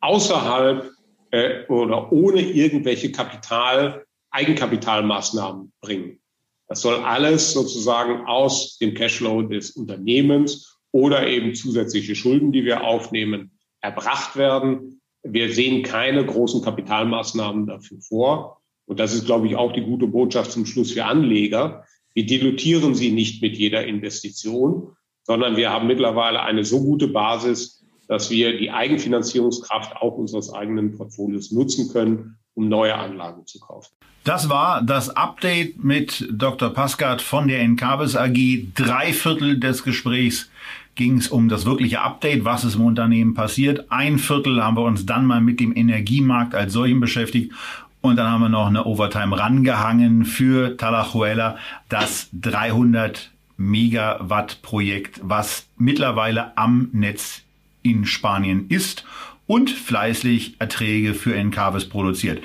außerhalb äh, oder ohne irgendwelche Kapital, Eigenkapitalmaßnahmen bringen. Das soll alles sozusagen aus dem Cashflow des Unternehmens oder eben zusätzliche Schulden, die wir aufnehmen, erbracht werden. Wir sehen keine großen Kapitalmaßnahmen dafür vor. Und das ist, glaube ich, auch die gute Botschaft zum Schluss für Anleger. Wir dilutieren sie nicht mit jeder Investition, sondern wir haben mittlerweile eine so gute Basis, dass wir die Eigenfinanzierungskraft auch unseres eigenen Portfolios nutzen können, um neue Anlagen zu kaufen. Das war das Update mit Doktor Paskert von der Encavis A G. Drei Viertel des Gesprächs ging es um das wirkliche Update, was ist im Unternehmen passiert. Ein Viertel haben wir uns dann mal mit dem Energiemarkt als solchen beschäftigt. Und dann haben wir noch eine Overtime rangehangen für Talayuela, das dreihundert Megawatt Projekt, was mittlerweile am Netz in Spanien ist und fleißig Erträge für Encavis produziert.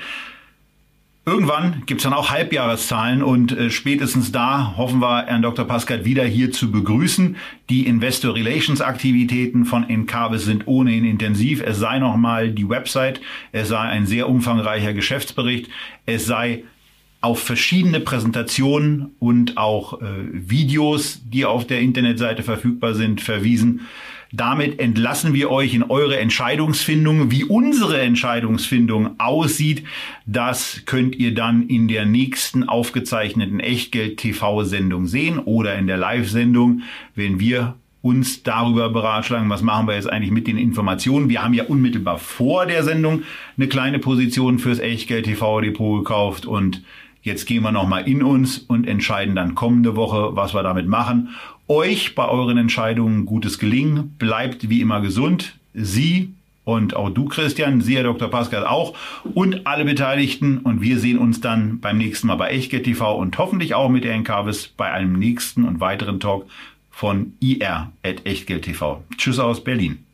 Irgendwann gibt's dann auch Halbjahreszahlen und äh, spätestens da hoffen wir, Herrn Doktor Paskert wieder hier zu begrüßen. Die Investor Relations Aktivitäten von Encavis sind ohnehin intensiv. Es sei nochmal die Website, es sei ein sehr umfangreicher Geschäftsbericht, es sei auf verschiedene Präsentationen und auch äh, Videos, die auf der Internetseite verfügbar sind, verwiesen. Damit entlassen wir euch in eure Entscheidungsfindung. Wie unsere Entscheidungsfindung aussieht, das könnt ihr dann in der nächsten aufgezeichneten Echtgeld-T V-Sendung sehen oder in der Live-Sendung, wenn wir uns darüber beratschlagen, was machen wir jetzt eigentlich mit den Informationen. Wir haben ja unmittelbar vor der Sendung eine kleine Position fürs Echtgeld-T V-Depot gekauft und jetzt gehen wir nochmal in uns und entscheiden dann kommende Woche, was wir damit machen. Euch bei euren Entscheidungen gutes Gelingen. Bleibt wie immer gesund. Sie und auch du, Christian, Sie, Herr Doktor Paskert, auch und alle Beteiligten. Und wir sehen uns dann beim nächsten Mal bei Echtgeld T V und hoffentlich auch mit der Encavis bei einem nächsten und weiteren Talk von I R at Echtgeld T V. Tschüss aus Berlin.